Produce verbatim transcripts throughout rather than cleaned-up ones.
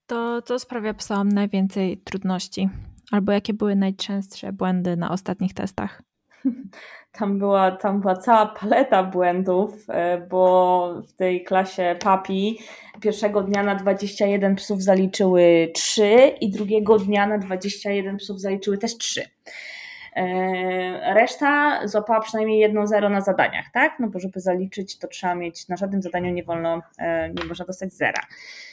To co sprawia psom najwięcej trudności? Albo jakie były najczęstsze błędy na ostatnich testach? Tam była, tam była cała paleta błędów, bo w tej klasie papi pierwszego dnia na dwadzieścia jeden psów zaliczyły trzy i drugiego dnia na dwadzieścia jeden psów zaliczyły też trzy. Reszta złapała przynajmniej jedno zero na zadaniach, tak? No bo żeby zaliczyć, to trzeba mieć, na żadnym zadaniu nie wolno, nie można dostać zera.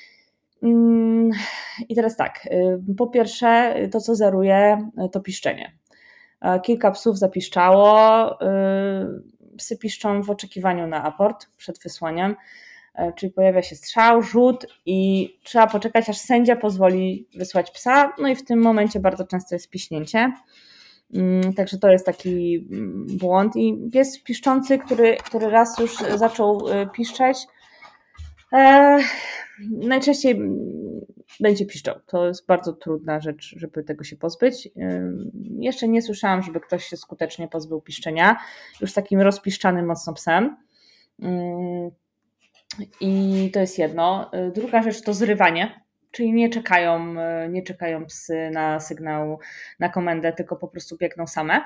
I teraz tak, po pierwsze to co zeruje to piszczenie. Kilka psów zapiszczało, psy piszczą w oczekiwaniu na aport przed wysłaniem, czyli pojawia się strzał, rzut i trzeba poczekać aż sędzia pozwoli wysłać psa, no i w tym momencie bardzo często jest piśnięcie. Także to jest taki błąd i pies piszczący, który, który raz już zaczął piszczeć, e, najczęściej będzie piszczał. To jest bardzo trudna rzecz, żeby tego się pozbyć. Jeszcze nie słyszałam, żeby ktoś się skutecznie pozbył piszczenia, już takim rozpiszczanym mocno psem. I to jest jedno. Druga rzecz to zrywanie, czyli nie czekają, nie czekają psy na sygnał, na komendę, tylko po prostu biegną same.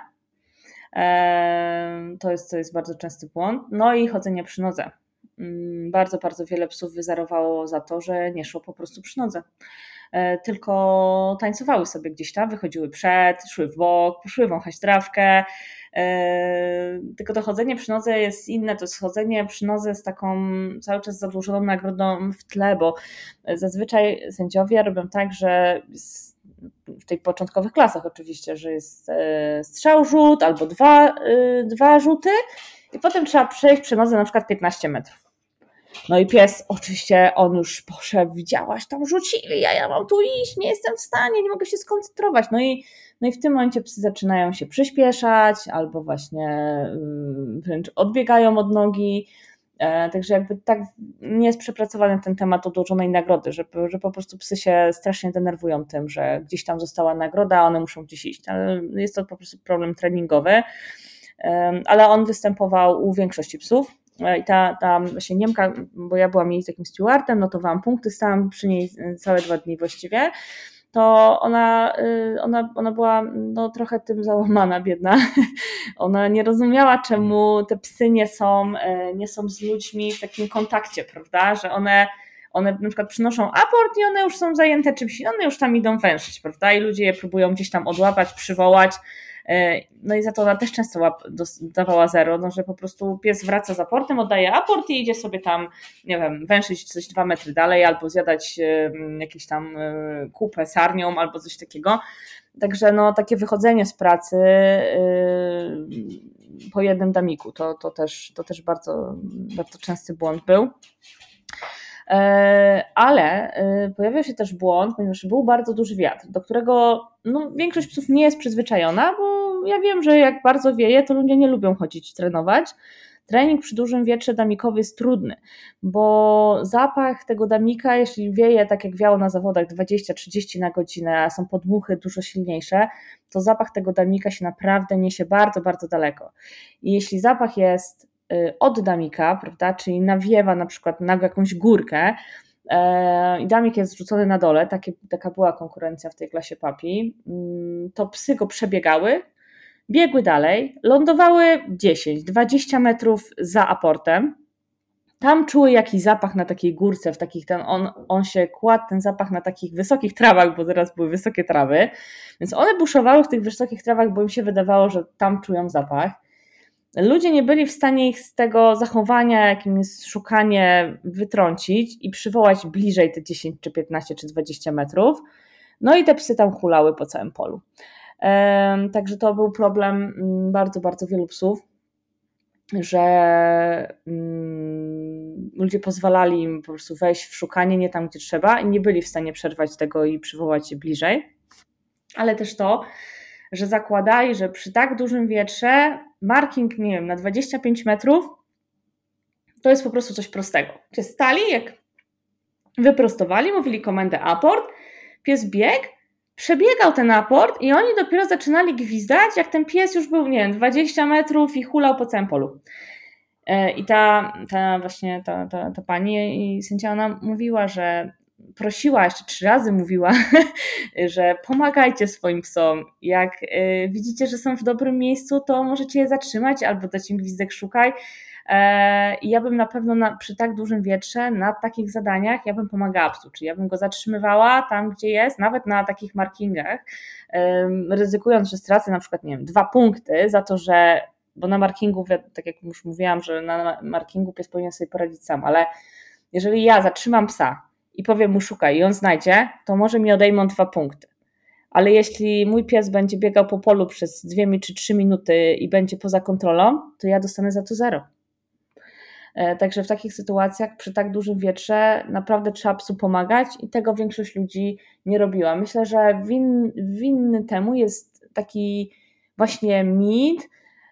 To jest, to jest bardzo częsty błąd. No i chodzenie przy nodze. Bardzo, bardzo wiele psów wyzerowało za to, że nie szło po prostu przy nodze. Tylko tańcowały sobie gdzieś tam, wychodziły przed, szły w bok, poszły wąchać trawkę. Tylko to chodzenie przy nodze jest inne, to jest chodzenie przy nodze z taką cały czas zadłużoną nagrodą w tle, bo zazwyczaj sędziowie robią tak, że w tych początkowych klasach oczywiście, że jest strzał, rzut albo dwa, dwa rzuty i potem trzeba przejść przy nodze na przykład piętnaście metrów. No i pies, oczywiście on już poszedł, widziałaś, tam rzucili, ja, ja mam tu iść, nie jestem w stanie, nie mogę się skoncentrować. No i, no i w tym momencie psy zaczynają się przyspieszać albo właśnie wręcz odbiegają od nogi. Także jakby tak nie jest przepracowany ten temat odłożonej nagrody, że, że po prostu psy się strasznie denerwują tym, że gdzieś tam została nagroda, a one muszą gdzieś iść. Ale jest to po prostu problem treningowy, ale on występował u większości psów. I ta, ta właśnie Niemka, bo ja byłam jej takim stewardem, notowałam punkty, stałam przy niej całe dwa dni właściwie, to ona, ona, ona była no, trochę tym załamana, biedna. Ona nie rozumiała, czemu te psy nie są, nie są z ludźmi w takim kontakcie, prawda, że one one na przykład przynoszą aport i one już są zajęte czymś, one już tam idą węszyć, prawda, i ludzie je próbują gdzieś tam odłapać, przywołać. No i za to ona też często dawała zero, no, że po prostu pies wraca z aportem, oddaje aport i idzie sobie tam, nie wiem, węszyć coś dwa metry dalej albo zjadać jakieś tam kupę sarnią albo coś takiego. Także no takie wychodzenie z pracy po jednym damiku, to, to, też, to też bardzo, bardzo częsty błąd był. Ale pojawił się też błąd, ponieważ był bardzo duży wiatr, do którego no, większość psów nie jest przyzwyczajona, bo ja wiem, że jak bardzo wieje, to ludzie nie lubią chodzić trenować. Trening przy dużym wietrze damikowy jest trudny, bo zapach tego damika, jeśli wieje tak jak wiało na zawodach dwadzieścia trzydzieści na godzinę, a są podmuchy dużo silniejsze, to zapach tego damika się naprawdę niesie bardzo, bardzo daleko. I jeśli zapach jest od damika, prawda, czyli nawiewa na przykład na jakąś górkę i damik jest rzucony na dole, takie, taka była konkurencja w tej klasie papi, to psy go przebiegały, biegły dalej, lądowały dziesięć dwadzieścia metrów za aportem, tam czuły jakiś zapach na takiej górce, w takich ten, on, on się kładł ten zapach na takich wysokich trawach, bo teraz były wysokie trawy, więc one buszowały w tych wysokich trawach, bo im się wydawało, że tam czują zapach. Ludzie nie byli w stanie ich z tego zachowania, jakim jest szukanie, wytrącić i przywołać bliżej te dziesięć, czy piętnaście, czy dwadzieścia metrów. No i te psy tam hulały po całym polu. Także to był problem bardzo, bardzo wielu psów, że ludzie pozwalali im po prostu wejść w szukanie nie tam, gdzie trzeba i nie byli w stanie przerwać tego i przywołać je bliżej. Ale też to, że zakładali, że przy tak dużym wietrze marking, nie wiem, na dwadzieścia pięć metrów to jest po prostu coś prostego. Czy stali, jak wyprostowali, mówili komendę aport, pies biegł, przebiegał ten aport i oni dopiero zaczynali gwizdać, jak ten pies już był, nie wiem, dwadzieścia metrów i hulał po całym polu. I ta, ta właśnie ta, ta, ta pani i sędzia, ona mówiła, że prosiła, jeszcze trzy razy mówiła, że pomagajcie swoim psom. Jak widzicie, że są w dobrym miejscu, to możecie je zatrzymać albo dać im gwizdek szukaj. I ja bym na pewno na, przy tak dużym wietrze, na takich zadaniach, ja bym pomagała psu, czyli ja bym go zatrzymywała tam, gdzie jest, nawet na takich markingach, ryzykując, że stracę na przykład, nie wiem, dwa punkty za to, że, bo na markingu, tak jak już mówiłam, że na markingu pies powinien sobie poradzić sam, ale jeżeli ja zatrzymam psa i powiem mu szukaj i on znajdzie, to może mi odejmą dwa punkty. Ale jeśli mój pies będzie biegał po polu przez dwie czy trzy minuty i będzie poza kontrolą, to ja dostanę za to zero. Także w takich sytuacjach przy tak dużym wietrze naprawdę trzeba psu pomagać i tego większość ludzi nie robiła. Myślę, że win, winny temu jest taki właśnie mit,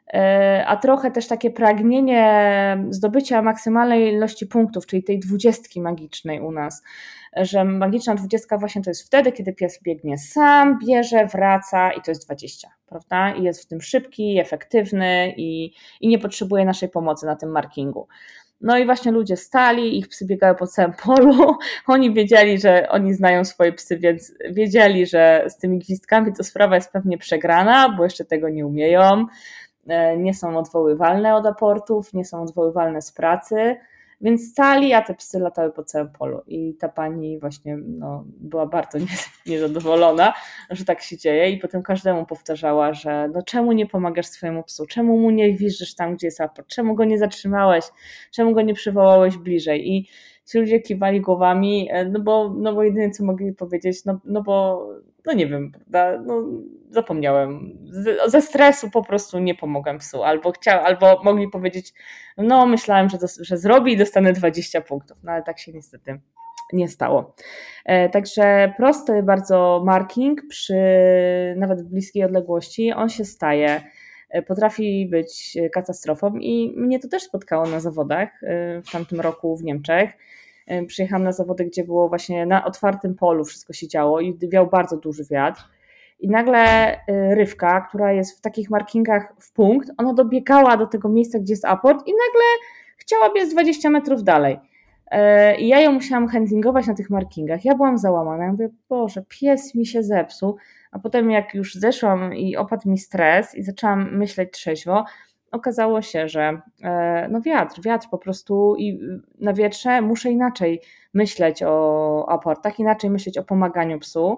a trochę też takie pragnienie zdobycia maksymalnej ilości punktów, czyli tej dwudziestki magicznej u nas, że magiczna dwudziestka właśnie to jest wtedy, kiedy pies biegnie sam, bierze, wraca i to jest dwadzieścia, prawda? I jest w tym szybki, efektywny i, i nie potrzebuje naszej pomocy na tym markingu. No i właśnie ludzie stali, ich psy biegały po całym polu, oni wiedzieli, że oni znają swoje psy, więc wiedzieli, że z tymi gwizdkami to sprawa jest pewnie przegrana, bo jeszcze tego nie umieją, nie są odwoływalne od aportów, nie są odwoływalne z pracy, więc stali, a te psy latały po całym polu i ta pani właśnie no, była bardzo niezadowolona, że tak się dzieje i potem każdemu powtarzała, że no czemu nie pomagasz swojemu psu, czemu mu nie gwizdżysz tam, gdzie jest aport, czemu go nie zatrzymałeś, czemu go nie przywołałeś bliżej i ci ludzie kiwali głowami, no bo, no bo jedyne co mogli powiedzieć, no, no bo no nie wiem, prawda, no zapomniałem, Z, ze stresu po prostu nie pomogłem psu, albo chciał, albo mogli powiedzieć, no myślałem, że, to, że zrobi i dostanę dwadzieścia punktów, no ale tak się niestety nie stało. E, także prosty bardzo marking przy nawet bliskiej odległości, on się staje, potrafi być katastrofą i mnie to też spotkało na zawodach w tamtym roku w Niemczech. Przyjechałam na zawody, gdzie było właśnie na otwartym polu wszystko się działo i wiał bardzo duży wiatr i nagle Rywka, która jest w takich markingach w punkt, ona dobiegała do tego miejsca, gdzie jest aport i nagle chciała biec dwadzieścia metrów dalej. I ja ją musiałam handlingować na tych markingach. Ja byłam załamana. Ja mówię, Boże, pies mi się zepsuł. A potem jak już zeszłam i opadł mi stres i zaczęłam myśleć trzeźwo, okazało się, że no wiatr, wiatr po prostu i na wietrze muszę inaczej myśleć o aportach, inaczej myśleć o pomaganiu psu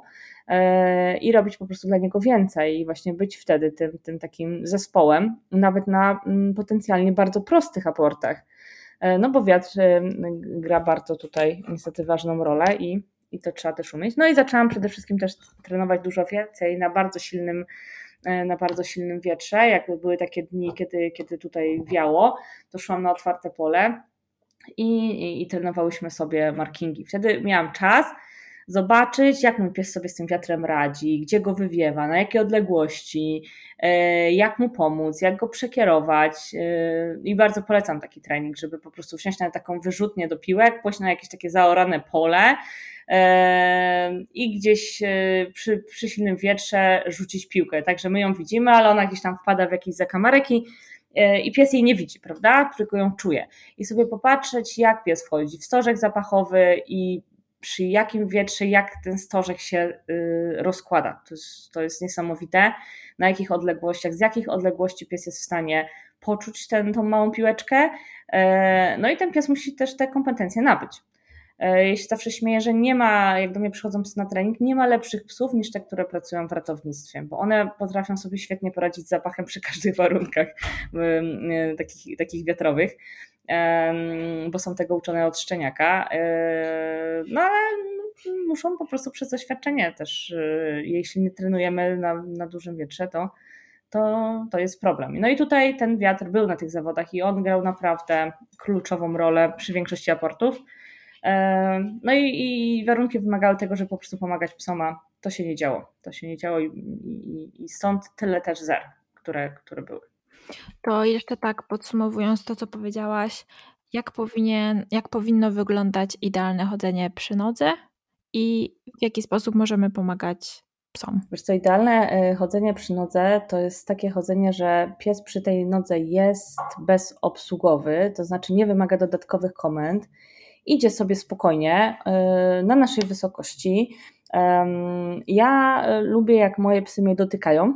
i robić po prostu dla niego więcej i właśnie być wtedy tym, tym takim zespołem, nawet na potencjalnie bardzo prostych aportach. No bo wiatr gra bardzo tutaj niestety ważną rolę i, i to trzeba też umieć. No i zaczęłam przede wszystkim też trenować dużo więcej na bardzo silnym, na bardzo silnym wietrze. Jak były takie dni, kiedy, kiedy tutaj wiało, to szłam na otwarte pole i, i, i trenowałyśmy sobie markingi. Wtedy miałam czas zobaczyć, jak mój pies sobie z tym wiatrem radzi, gdzie go wywiewa, na jakie odległości, jak mu pomóc, jak go przekierować i bardzo polecam taki trening, żeby po prostu wsiąść na taką wyrzutnię do piłek, pójść na jakieś takie zaorane pole i gdzieś przy, przy silnym wietrze rzucić piłkę, także my ją widzimy, ale ona gdzieś tam wpada w jakiś zakamarek i i pies jej nie widzi, prawda, tylko ją czuje i sobie popatrzeć, jak pies wchodzi w stożek zapachowy i przy jakim wietrze, jak ten stożek się rozkłada. To jest, to jest niesamowite, na jakich odległościach, z jakich odległości pies jest w stanie poczuć ten, tą małą piłeczkę. No i ten pies musi też te kompetencje nabyć. Ja się zawsze śmieję, że nie ma, jak do mnie przychodzą psy na trening, nie ma lepszych psów niż te, które pracują w ratownictwie, bo one potrafią sobie świetnie poradzić z zapachem przy każdych warunkach takich, takich wiatrowych, bo są tego uczone od szczeniaka, no ale muszą po prostu przez doświadczenie też, jeśli nie trenujemy na, na dużym wietrze, to, to, to jest problem. No i tutaj ten wiatr był na tych zawodach i on grał naprawdę kluczową rolę przy większości aportów. No i, i warunki wymagały tego, żeby po prostu pomagać psom, a to się nie działo. To się nie działo i, i, i stąd tyle też zer, które, które były. To jeszcze tak podsumowując to, co powiedziałaś, jak, powinien, jak powinno wyglądać idealne chodzenie przy nodze i w jaki sposób możemy pomagać psom? Wiesz co, idealne chodzenie przy nodze to jest takie chodzenie, że pies przy tej nodze jest bezobsługowy, to znaczy nie wymaga dodatkowych komend idzie sobie spokojnie na naszej wysokości. Ja lubię, jak moje psy mnie dotykają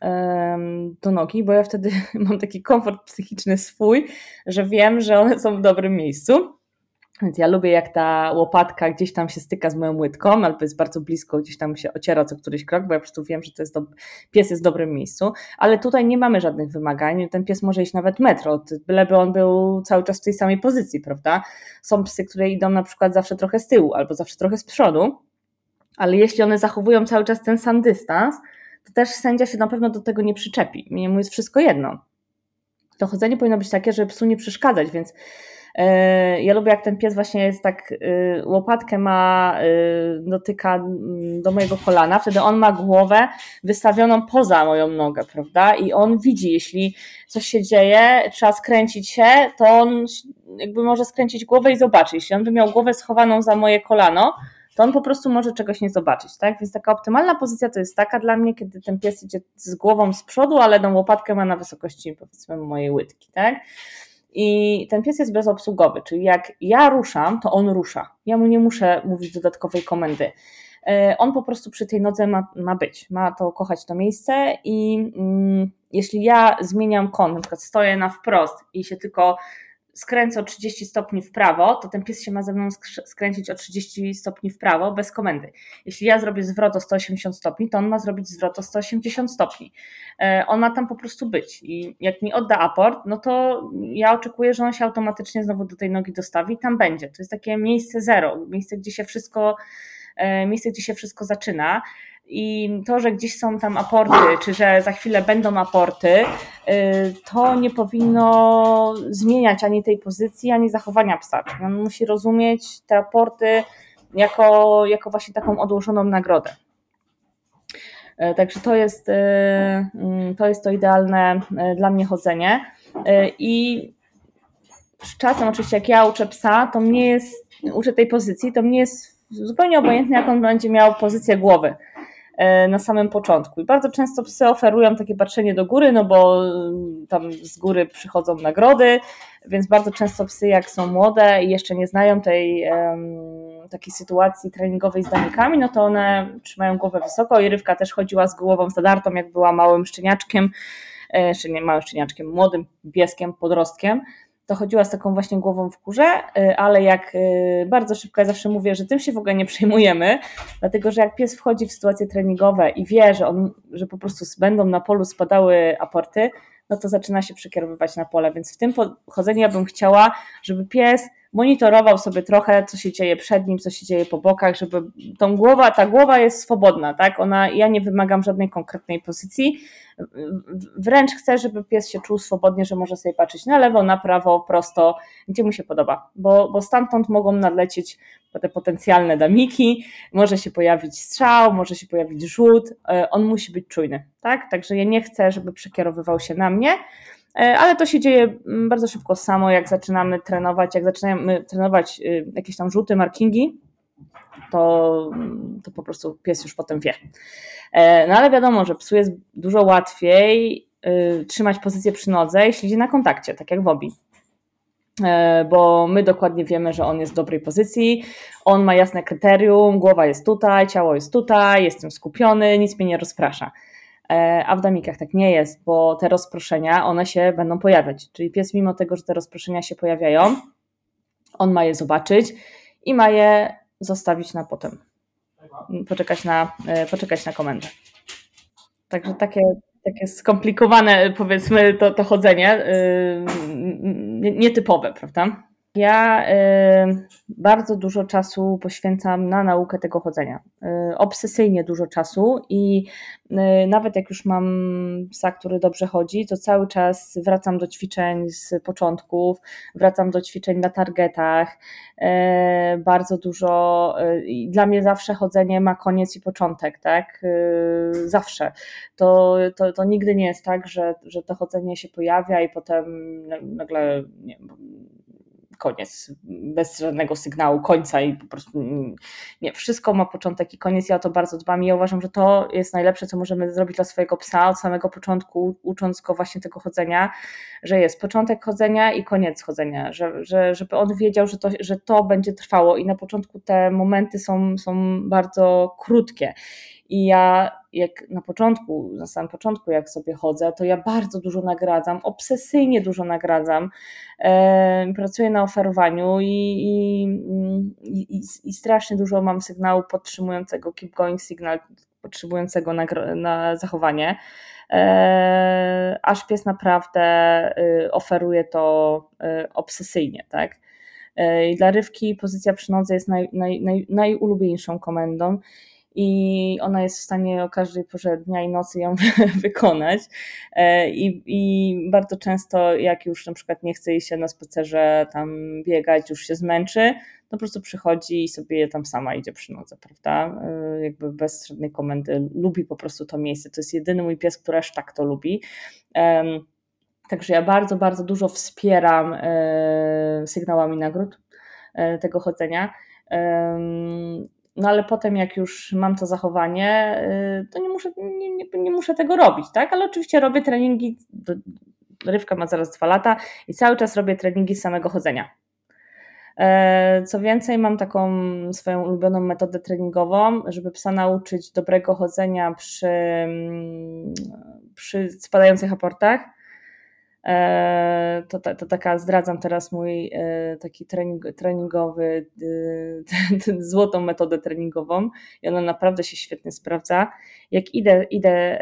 do nogi, bo ja wtedy mam taki komfort psychiczny swój, że wiem, że one są w dobrym miejscu. Więc ja lubię, jak ta łopatka gdzieś tam się styka z moją łydką, albo jest bardzo blisko, gdzieś tam się ociera co któryś krok, bo ja po prostu wiem, że to jest do... pies jest w dobrym miejscu, ale tutaj nie mamy żadnych wymagań, ten pies może iść nawet metr, byleby on był cały czas w tej samej pozycji, prawda? Są psy, które idą na przykład zawsze trochę z tyłu, albo zawsze trochę z przodu, ale jeśli one zachowują cały czas ten sam dystans, to też sędzia się na pewno do tego nie przyczepi, mu jest wszystko jedno. To chodzenie powinno być takie, żeby psu nie przeszkadzać, więc ja lubię, jak ten pies właśnie jest tak, łopatkę ma, dotyka do mojego kolana, wtedy on ma głowę wystawioną poza moją nogę, prawda? I on widzi, jeśli coś się dzieje, trzeba skręcić się, to on jakby może skręcić głowę i zobaczy. Jeśli on by miał głowę schowaną za moje kolano, to on po prostu może czegoś nie zobaczyć, tak? Więc taka optymalna pozycja to jest taka dla mnie, kiedy ten pies idzie z głową z przodu, ale tą łopatkę ma na wysokości, powiedzmy, mojej łydki, tak? I ten pies jest bezobsługowy, czyli jak ja ruszam, to on rusza. Ja mu nie muszę mówić dodatkowej komendy. On po prostu przy tej nodze ma, ma być, ma to kochać to miejsce i mm, jeśli ja zmieniam kąt, na przykład stoję na wprost i się tylko skręcę o trzydzieści stopni w prawo, to ten pies się ma ze mną skręcić o trzydzieści stopni w prawo bez komendy. Jeśli ja zrobię zwrot o sto osiemdziesiąt stopni, to on ma zrobić zwrot o sto osiemdziesiąt stopni. On ma tam po prostu być i jak mi odda aport, no to ja oczekuję, że on się automatycznie znowu do tej nogi dostawi i tam będzie. To jest takie miejsce zero, miejsce, gdzie się wszystko, miejsce, gdzie się wszystko zaczyna. I to, że gdzieś są tam aporty, czy że za chwilę będą aporty, to nie powinno zmieniać ani tej pozycji, ani zachowania psa. On musi rozumieć te aporty jako, jako właśnie taką odłożoną nagrodę. Także to jest, to jest to idealne dla mnie chodzenie. I z czasem oczywiście, jak ja uczę psa, to mnie jest, uczę tej pozycji, to mnie jest zupełnie obojętne, jak on będzie miał pozycję głowy na samym początku. I bardzo często psy oferują takie patrzenie do góry, no bo tam z góry przychodzą nagrody, więc bardzo często psy, jak są młode i jeszcze nie znają tej um, takiej sytuacji treningowej z danikami, no to one trzymają głowę wysoko i Rywka też chodziła z głową zadartą, jak była małym szczeniaczkiem, jeszcze nie małym szczeniaczkiem, młodym pieskiem, podrostkiem, to chodziła z taką właśnie głową w górze, ale jak bardzo szybko, ja zawsze mówię, że tym się w ogóle nie przejmujemy, dlatego że jak pies wchodzi w sytuacje treningowe i wie, że, on, że po prostu będą na polu spadały aporty, no to zaczyna się przekierowywać na pole, więc w tym chodzeniu ja bym chciała, żeby pies monitorował sobie trochę, co się dzieje przed nim, co się dzieje po bokach, żeby tą głowa, ta głowa jest swobodna, tak? Ona, ja nie wymagam żadnej konkretnej pozycji, wręcz chcę, żeby pies się czuł swobodnie, że może sobie patrzeć na lewo, na prawo, prosto, gdzie mu się podoba, bo, bo stamtąd mogą nadlecieć te potencjalne damiki, może się pojawić strzał, może się pojawić rzut, on musi być czujny, tak? Także ja nie chcę, żeby przekierowywał się na mnie, ale to się dzieje bardzo szybko samo, jak zaczynamy trenować, jak zaczynamy trenować jakieś tam rzuty, markingi, to, to po prostu pies już potem wie. No ale wiadomo, że psu jest dużo łatwiej trzymać pozycję przy nodze, jeśli idzie na kontakcie, tak jak Bobby. Bo my dokładnie wiemy, że on jest w dobrej pozycji, on ma jasne kryterium, głowa jest tutaj, ciało jest tutaj, jestem skupiony, nic mnie nie rozprasza. A w damikach tak nie jest, bo te rozproszenia, one się będą pojawiać. Czyli pies, mimo tego, że te rozproszenia się pojawiają, on ma je zobaczyć i ma je zostawić na potem. Poczekać na, poczekać na komendę. Także takie, takie skomplikowane, powiedzmy, to, to chodzenie, yy, nietypowe, prawda? Ja y, bardzo dużo czasu poświęcam na naukę tego chodzenia. Y, obsesyjnie dużo czasu i y, nawet jak już mam psa, który dobrze chodzi, to cały czas wracam do ćwiczeń z początków, wracam do ćwiczeń na targetach. Y, bardzo dużo, y, dla mnie zawsze chodzenie ma koniec i początek, tak? Y, zawsze. To, to, to nigdy nie jest tak, że, że to chodzenie się pojawia i potem nagle nie wiem, koniec, bez żadnego sygnału końca i po prostu nie, wszystko ma początek i koniec. Ja o to bardzo dbam i ja uważam, że to jest najlepsze, co możemy zrobić dla swojego psa od samego początku, ucząc go właśnie tego chodzenia, że jest początek chodzenia i koniec chodzenia, że, że, żeby on wiedział, że to, że to będzie trwało i na początku te momenty są, są bardzo krótkie. I ja jak na początku, na samym początku jak sobie chodzę, to ja bardzo dużo nagradzam, obsesyjnie dużo nagradzam, e, pracuję na oferowaniu i, i, i, i strasznie dużo mam sygnału podtrzymującego, keep going signal, podtrzymującego na, na zachowanie, e, aż pies naprawdę y, oferuje to y, obsesyjnie, tak? I dla Rywki pozycja przy nodze jest naj, naj, naj, najulubieńszą komendą i ona jest w stanie o każdej porze dnia i nocy ją wykonać. I, i bardzo często jak już na przykład nie chce jej się na spacerze tam biegać, już się zmęczy, to po prostu przychodzi i sobie tam sama idzie przy nodze, prawda? Jakby bez żadnej komendy. Lubi po prostu to miejsce. To jest jedyny mój pies, który aż tak to lubi. Także ja bardzo, bardzo dużo wspieram sygnałami nagród tego chodzenia. No ale potem jak już mam to zachowanie, to nie muszę, nie, nie, nie muszę tego robić, tak? Ale oczywiście robię treningi, Rywka ma zaraz dwa lata i cały czas robię treningi z samego chodzenia. Co więcej, mam taką swoją ulubioną metodę treningową, żeby psa nauczyć dobrego chodzenia przy, przy spadających aportach. To, to, to taka, zdradzam teraz mój taki trening, treningowy, złotą metodę treningową i ona naprawdę się świetnie sprawdza. Jak idę, idę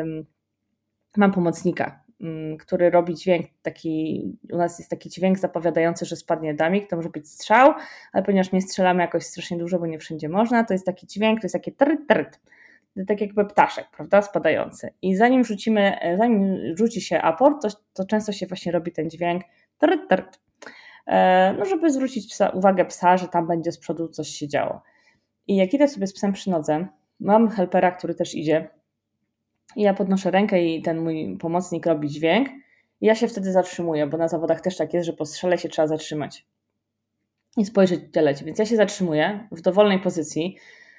mam pomocnika, który robi dźwięk taki, u nas jest taki dźwięk zapowiadający, że spadnie damik, to może być strzał, ale ponieważ nie strzelamy jakoś strasznie dużo, bo nie wszędzie można, to jest taki dźwięk, to jest takie tryt, tryt. Tak jakby ptaszek, prawda, spadający. I zanim rzucimy, zanim rzuci się aport, to, to często się właśnie robi ten dźwięk trt, trt, no żeby zwrócić psa, uwagę psa, że tam będzie z przodu coś się działo. I jak idę sobie z psem przy nodze, mam helpera, który też idzie i ja podnoszę rękę i ten mój pomocnik robi dźwięk i ja się wtedy zatrzymuję, bo na zawodach też tak jest, że po strzale się trzeba zatrzymać i spojrzeć, gdzie leci. Więc ja się zatrzymuję w dowolnej pozycji.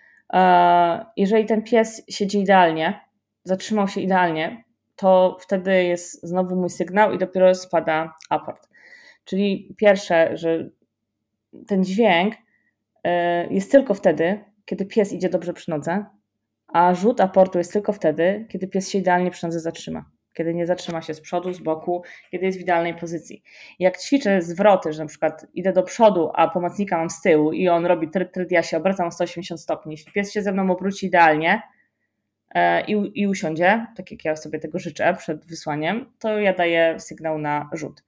Jeżeli ten pies siedzi idealnie, zatrzymał się idealnie, to wtedy jest znowu mój sygnał i dopiero spada aport. Czyli pierwsze, że ten dźwięk jest tylko wtedy, kiedy pies idzie dobrze przy nodze, a rzut aportu jest tylko wtedy, kiedy pies się idealnie przy nodze zatrzyma. Kiedy nie zatrzyma się z przodu, z boku, kiedy jest w idealnej pozycji. Jak ćwiczę zwroty, że na przykład idę do przodu, a pomocnika mam z tyłu i on robi tryt, tryt, ja się obracam o sto osiemdziesiąt stopni. Jeśli pies się ze mną obróci idealnie e, i, i usiądzie, tak jak ja sobie tego życzę przed wysłaniem, to ja daję sygnał na rzut.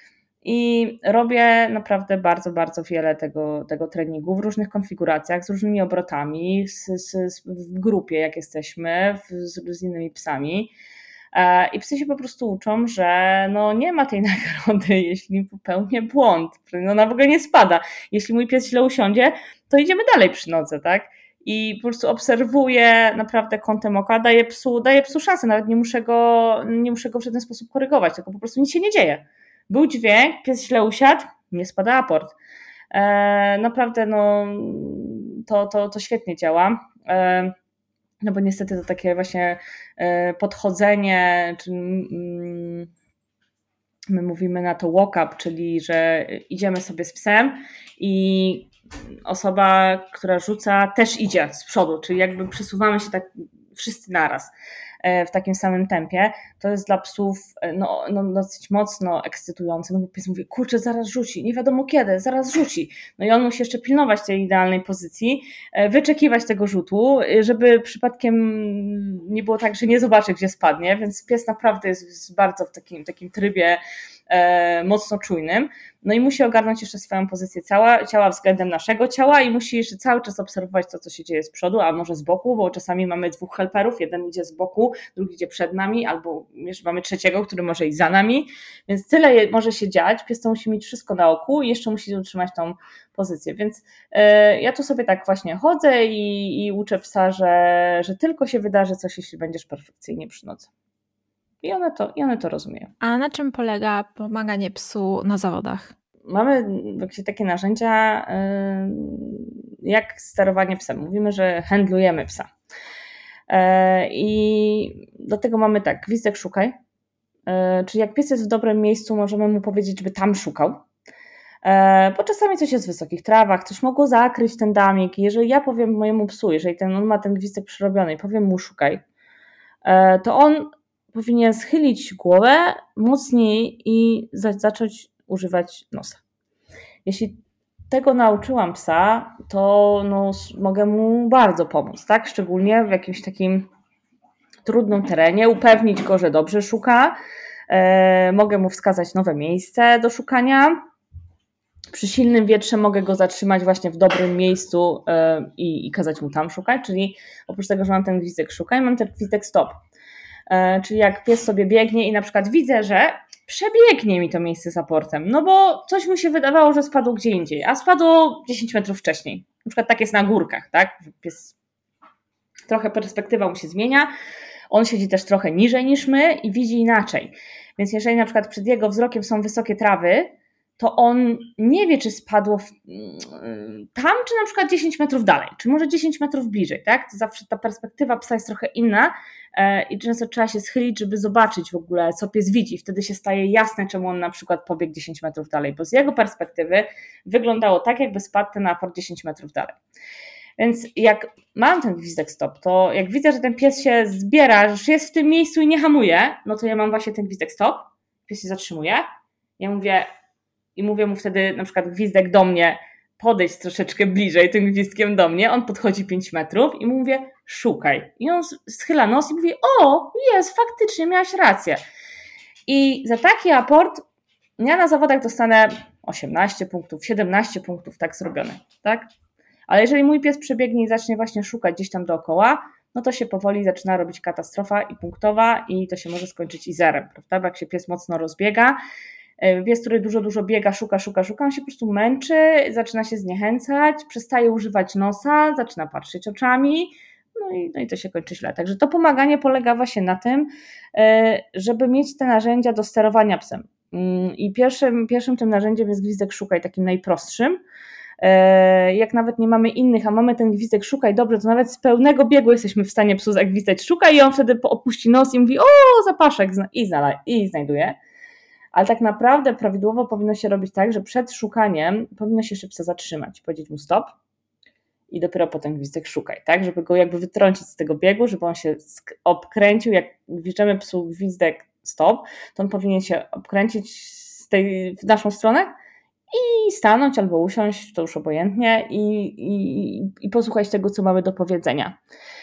I robię naprawdę bardzo, bardzo wiele tego, tego treningu w różnych konfiguracjach, z różnymi obrotami, z, z, w grupie jak jesteśmy, w, z, z innymi psami. I psy się po prostu uczą, że no nie ma tej nagrody, jeśli popełnię błąd. No ona w ogóle nie spada. Jeśli mój pies źle usiądzie, to idziemy dalej przy nodze, tak? I po prostu obserwuję naprawdę kątem oka, daję psu, daję psu szansę, nawet nie muszę go, nie muszę go w żaden sposób korygować, tylko po prostu nic się nie dzieje. Był dźwięk, pies źle usiadł, nie spada aport. E, naprawdę no, to, to, to świetnie działa. E, no bo niestety to takie właśnie podchodzenie, czy my mówimy na to walk-up, czyli że idziemy sobie z psem i osoba, która rzuca, też idzie z przodu, czyli jakby przesuwamy się tak wszyscy naraz w takim samym tempie. To jest dla psów no, no, dosyć mocno ekscytujące, no bo pies mówi, kurczę, zaraz rzuci, nie wiadomo kiedy, zaraz rzuci. No i on musi jeszcze pilnować tej idealnej pozycji, wyczekiwać tego rzutu, żeby przypadkiem nie było tak, że nie zobaczy, gdzie spadnie, więc pies naprawdę jest bardzo w takim, takim trybie e, mocno czujnym. No i musi ogarnąć jeszcze swoją pozycję ciała, ciała względem naszego ciała i musi jeszcze cały czas obserwować to, co się dzieje z przodu, a może z boku, bo czasami mamy dwóch helperów, jeden idzie z boku, drugi idzie przed nami, albo jeszcze mamy trzeciego, który może iść za nami, więc tyle może się dziać, pies to musi mieć wszystko na oku i jeszcze musi utrzymać tą pozycję, więc yy, ja tu sobie tak właśnie chodzę i, i uczę psa, że, że tylko się wydarzy coś, jeśli będziesz perfekcyjnie przy nodze. I one to, i one to rozumieją. A na czym polega pomaganie psu na zawodach? mamy właśnie takie narzędzia jak sterowanie psem. Mówimy, że handlujemy psa. I do tego mamy tak, gwizdek szukaj. Czyli jak pies jest w dobrym miejscu, możemy mu powiedzieć, żeby tam szukał. Bo czasami coś jest w wysokich trawach, coś mogło zakryć ten damik. Jeżeli ja powiem mojemu psu, jeżeli ten, on ma ten gwizdek przerobiony i powiem mu szukaj, to on powinien schylić głowę mocniej i zacząć używać nosa. Jeśli tego nauczyłam psa, to no, mogę mu bardzo pomóc, tak? Szczególnie w jakimś takim trudnym terenie, upewnić go, że dobrze szuka. E, mogę mu wskazać nowe miejsce do szukania. Przy silnym wietrze mogę go zatrzymać właśnie w dobrym miejscu e, i, i kazać mu tam szukać, czyli oprócz tego, że mam ten gwizdek szukaj, mam ten gwizdek stop. E, czyli jak pies sobie biegnie i na przykład widzę, że przebiegnie mi to miejsce za portem, no bo coś mu się wydawało, że spadło gdzie indziej, a spadło dziesięć metrów wcześniej. Na przykład tak jest na górkach, tak? Pies, trochę perspektywa mu się zmienia, on siedzi też trochę niżej niż my i widzi inaczej. Więc jeżeli na przykład przed jego wzrokiem są wysokie trawy, to on nie wie, czy spadło w, tam, czy na przykład dziesięć metrów dalej, czy może dziesięć metrów bliżej, tak? To zawsze ta perspektywa psa jest trochę inna e, i często trzeba się schylić, żeby zobaczyć w ogóle, co pies widzi. Wtedy się staje jasne, czemu on na przykład pobiegł dziesięć metrów dalej, bo z jego perspektywy wyglądało tak, jakby spadł ten aport dziesięć metrów dalej. Więc jak mam ten gwizdek stop, to jak widzę, że ten pies się zbiera, że jest w tym miejscu i nie hamuje, no to ja mam właśnie ten gwizdek stop, pies się zatrzymuje, ja mówię i mówię mu wtedy na przykład gwizdek do mnie, podejdź troszeczkę bliżej tym gwizdkiem do mnie, on podchodzi pięć metrów i mówię szukaj. I on schyla nos i mówi o, jest, faktycznie miałaś rację. I za taki aport ja na zawodach dostanę osiemnaście punktów, siedemnaście punktów tak zrobione, tak? Ale jeżeli mój pies przebiegnie i zacznie właśnie szukać gdzieś tam dookoła, no to się powoli zaczyna robić katastrofa i punktowa i to się może skończyć i zerem, prawda? Bo jak się pies mocno rozbiega, pies, który dużo, dużo biega, szuka, szuka, szuka, on się po prostu męczy, zaczyna się zniechęcać, przestaje używać nosa, zaczyna patrzeć oczami, no i, no i to się kończy źle. Także to pomaganie polega właśnie na tym, żeby mieć te narzędzia do sterowania psem. I pierwszym, pierwszym tym narzędziem jest gwizdek szukaj, takim najprostszym. Jak nawet nie mamy innych, a mamy ten gwizdek szukaj, dobrze, to nawet z pełnego biegu jesteśmy w stanie psu zagwizdać szukaj i on wtedy opuści nos i mówi o, zapaszek i, znala- i znajduje. Ale tak naprawdę prawidłowo powinno się robić tak, że przed szukaniem powinno się jeszcze psa zatrzymać, powiedzieć mu stop i dopiero potem gwizdek szukaj, tak, żeby go jakby wytrącić z tego biegu, żeby on się obkręcił, jak widzimy psu gwizdek stop, to on powinien się obkręcić z tej, w naszą stronę i stanąć albo usiąść, to już obojętnie i, i, i posłuchać tego, co mamy do powiedzenia.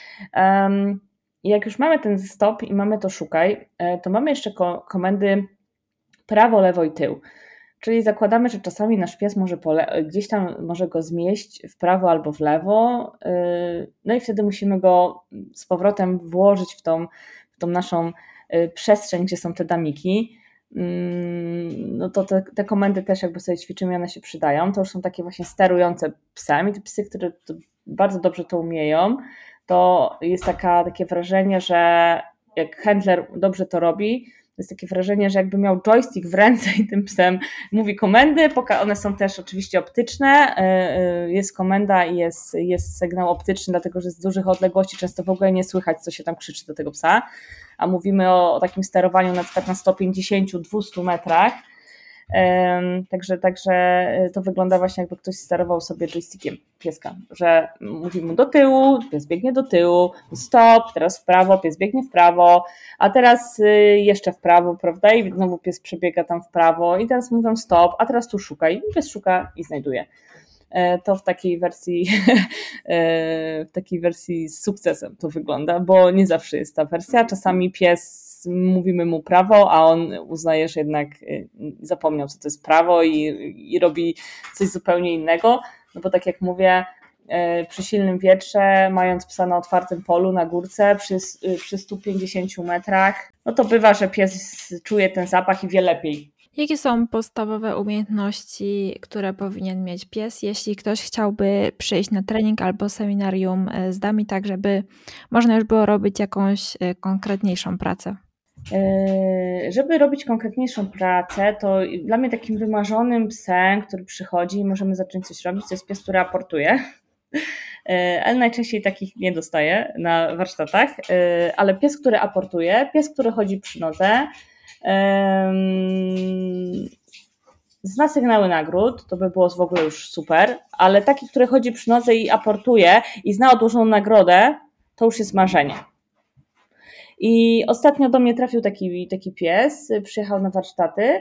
Um, i jak już mamy ten stop i mamy to szukaj, to mamy jeszcze ko- komendy prawo, lewo i tył. Czyli zakładamy, że czasami nasz pies może pole- gdzieś tam może go zmieść w prawo albo w lewo, yy, no i wtedy musimy go z powrotem włożyć w tą, w tą naszą yy, przestrzeń, gdzie są te damiki. Yy, no to te, te komendy też jakby sobie ćwiczymy, one się przydają. To już są takie właśnie sterujące psem i te psy, które bardzo dobrze to umieją, to jest taka, takie wrażenie, że jak handler dobrze to robi, to jest takie wrażenie, że jakby miał joystick w ręce i tym psem mówi komendy, one są też oczywiście optyczne, jest komenda i jest, jest sygnał optyczny, dlatego że z dużych odległości często w ogóle nie słychać, co się tam krzyczy do tego psa, a mówimy o, o takim sterowaniu na przykład na sto pięćdziesiąt do dwustu metrach, Także, także to wygląda właśnie, jakby ktoś sterował sobie joystickiem pieska, że mówi mu do tyłu, pies biegnie do tyłu, stop, teraz w prawo, pies biegnie w prawo, a teraz jeszcze w prawo, prawda, i znowu pies przebiega tam w prawo i teraz mówią stop, a teraz tu szukaj, i pies szuka i znajduje. To w takiej wersji w takiej wersji z sukcesem to wygląda, bo nie zawsze jest ta wersja, czasami pies, mówimy mu prawo, a on uznaje, że jednak zapomniał, co to jest prawo i, i robi coś zupełnie innego, no bo tak jak mówię, przy silnym wietrze, mając psa na otwartym polu, na górce, przy, przy stu pięćdziesięciu metrach, no to bywa, że pies czuje ten zapach i wie lepiej. Jakie są podstawowe umiejętności, które powinien mieć pies, jeśli ktoś chciałby przyjść na trening albo seminarium z Dami, tak żeby można już było robić jakąś konkretniejszą pracę? Żeby robić konkretniejszą pracę, to dla mnie takim wymarzonym psem, który przychodzi i możemy zacząć coś robić, to jest pies, który aportuje. Ale najczęściej takich nie dostaję na warsztatach. Ale pies, który aportuje, pies, który chodzi przy nodze, zna sygnały nagród, to by było w ogóle już super, ale taki, który chodzi przy nodze i aportuje i zna odłożoną nagrodę, to już jest marzenie. I ostatnio do mnie trafił taki, taki pies, przyjechał na warsztaty.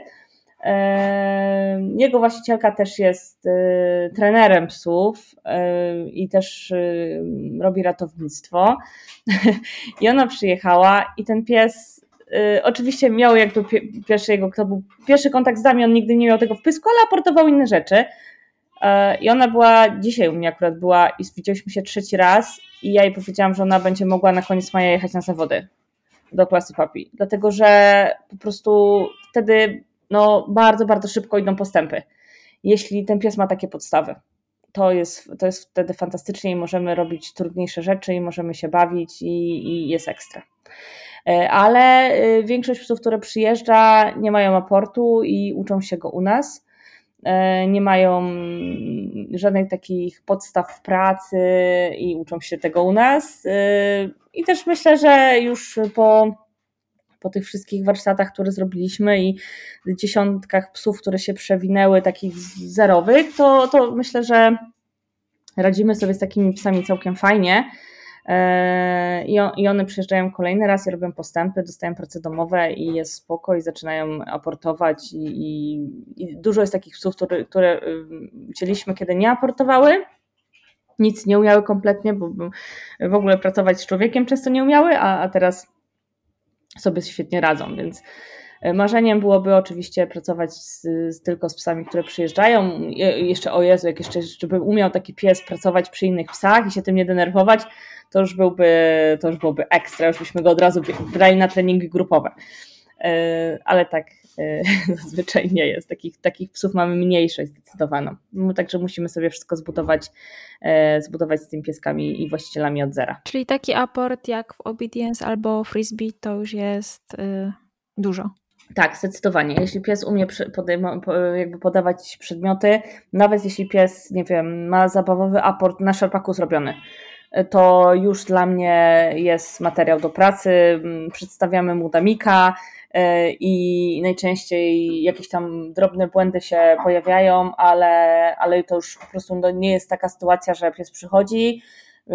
Jego właścicielka też jest trenerem psów i też robi ratownictwo. I ona przyjechała i ten pies oczywiście miał jakby pierwszy jego, to był pierwszy kontakt z nami, on nigdy nie miał tego wpysku, ale aportował inne rzeczy. I ona była, dzisiaj u mnie akurat była i widzieliśmy się trzeci raz i ja jej powiedziałam, że ona będzie mogła na koniec maja jechać na zawody do klasy puppy, dlatego że po prostu wtedy no, bardzo, bardzo szybko idą postępy. Jeśli ten pies ma takie podstawy, to jest, to jest wtedy fantastycznie i możemy robić trudniejsze rzeczy i możemy się bawić i, i jest ekstra. Ale większość psów, które przyjeżdża, nie mają aportu i uczą się go u nas. Nie mają żadnych takich podstaw w pracy i uczą się tego u nas. I też myślę, że już po, po tych wszystkich warsztatach, które zrobiliśmy i dziesiątkach psów, które się przewinęły, takich zerowych, to, to myślę, że radzimy sobie z takimi psami całkiem fajnie. I one przyjeżdżają kolejny raz i robią postępy, dostają prace domowe i jest spoko i zaczynają aportować i, i, i dużo jest takich psów, które, które wzięliśmy, kiedy nie aportowały, nic nie umiały kompletnie, bo w ogóle pracować z człowiekiem często nie umiały, a, a teraz sobie świetnie radzą, więc marzeniem byłoby oczywiście pracować z, z, tylko z psami, które przyjeżdżają. I jeszcze, o Jezu, jak jeszcze, żeby umiał taki pies pracować przy innych psach i się tym nie denerwować, to już byłby, to już byłoby ekstra, już byśmy go od razu brali na treningi grupowe. Ale tak zazwyczaj nie jest. Takich, takich psów mamy mniejszość zdecydowaną. Także musimy sobie wszystko zbudować, zbudować z tymi pieskami i właścicielami od zera. Czyli taki aport jak w Obedience albo Frisbee to już jest yy, dużo. Tak, zdecydowanie. Jeśli pies umie jakby podawać przedmioty, nawet jeśli pies, nie wiem, ma zabawowy aport na szarpaku zrobiony, to już dla mnie jest materiał do pracy. Przedstawiamy mu damika i najczęściej jakieś tam drobne błędy się pojawiają, ale, ale to już po prostu no, nie jest taka sytuacja, że pies przychodzi.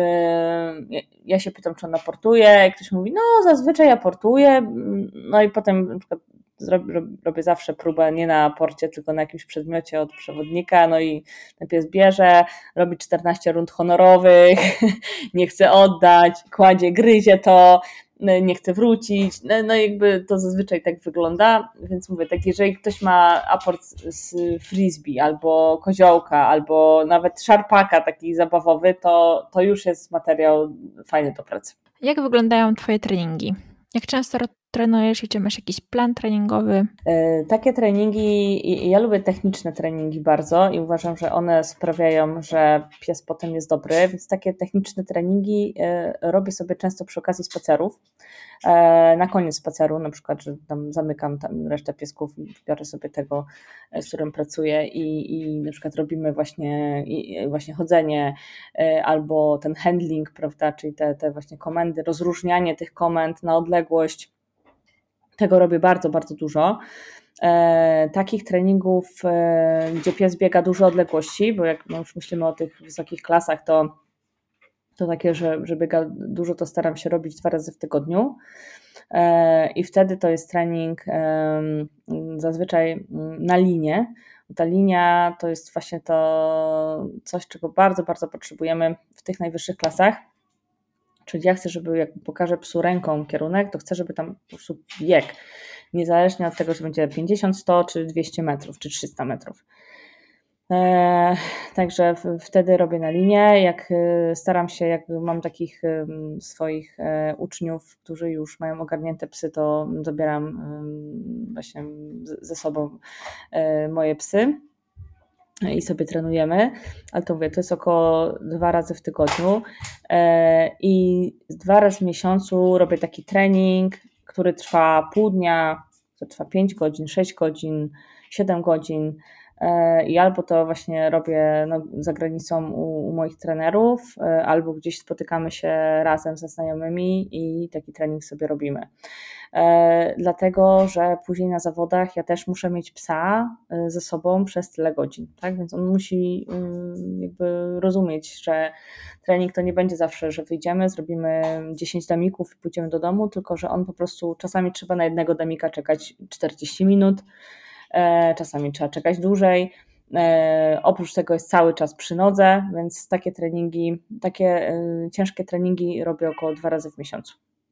Ja się pytam, czy on aportuje, i ktoś mówi, no zazwyczaj aportuje, no i potem na przykład robię zawsze próbę nie na aporcie, tylko na jakimś przedmiocie od przewodnika, no i ten pies bierze, robi czternaście rund honorowych, nie chce oddać, kładzie, gryzie to, nie chce wrócić, no, no jakby to zazwyczaj tak wygląda, więc mówię, tak jeżeli ktoś ma aport z frisbee, albo koziołka, albo nawet szarpaka taki zabawowy, to, to już jest materiał fajny do pracy. Jak wyglądają Twoje treningi? Jak często trenujesz i czy masz jakiś plan treningowy? Takie treningi, ja lubię techniczne treningi bardzo i uważam, że one sprawiają, że pies potem jest dobry, więc takie techniczne treningi robię sobie często przy okazji spacerów. Na koniec spaceru, na przykład, że tam zamykam tam resztę piesków, biorę sobie tego, z którym pracuję i, i na przykład robimy właśnie, i właśnie chodzenie albo ten handling, prawda, czyli te, te właśnie komendy, rozróżnianie tych komend na odległość. Tego robię bardzo, bardzo dużo. E, takich treningów, e, gdzie pies biega duże odległości, bo jak no już myślimy o tych wysokich klasach, to, to takie, że, że biega dużo, to staram się robić dwa razy w tygodniu. E, I wtedy to jest trening e, zazwyczaj na linię. Ta linia to jest właśnie to coś, czego bardzo, bardzo potrzebujemy w tych najwyższych klasach. Czyli ja chcę, żeby jak pokażę psu ręką kierunek, to chcę, żeby tam po prostu bieg. Niezależnie od tego, czy będzie pięćdziesiąt, sto, czy dwieście metrów, czy trzysta metrów. Eee, także w, wtedy robię na linię. Jak y, staram się, jak mam takich y, swoich y, uczniów, którzy już mają ogarnięte psy, to zabieram y, właśnie z, ze sobą y, moje psy. I sobie trenujemy, ale to mówię, to jest około dwa razy w tygodniu i dwa razy w miesiącu robię taki trening, który trwa pół dnia, to trwa pięć godzin, sześć godzin, siedem godzin i albo to właśnie robię no, za granicą u, u moich trenerów, albo gdzieś spotykamy się razem ze znajomymi i taki trening sobie robimy. Dlatego, że później na zawodach ja też muszę mieć psa ze sobą przez tyle godzin, tak? Więc on musi jakby rozumieć, że trening to nie będzie zawsze, że wyjdziemy, zrobimy dziesięć damików i pójdziemy do domu, tylko że on po prostu czasami trzeba na jednego damika czekać czterdzieści minut, czasami trzeba czekać dłużej. Oprócz tego jest cały czas przy nodze, więc takie treningi, takie ciężkie treningi robię około dwa razy w miesiącu.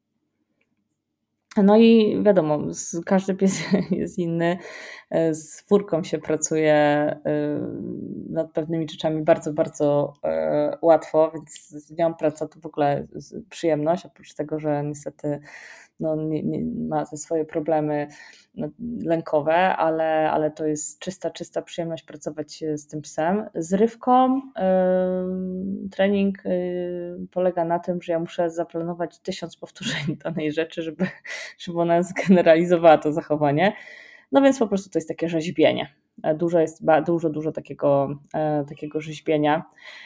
No i wiadomo, każdy pies jest inny, z furką się pracuje nad pewnymi rzeczami bardzo, bardzo łatwo, więc z nią praca to w ogóle przyjemność, oprócz tego, że niestety no, nie, nie, ma te swoje problemy lękowe, ale, ale to jest czysta, czysta przyjemność pracować z tym psem. Z Rywką yy, trening yy, polega na tym, że ja muszę zaplanować tysiąc powtórzeń danej rzeczy, żeby, żeby ona zgeneralizowała to zachowanie. No więc po prostu to jest takie rzeźbienie. Dużo jest, dużo, dużo takiego, e, takiego rzeźbienia.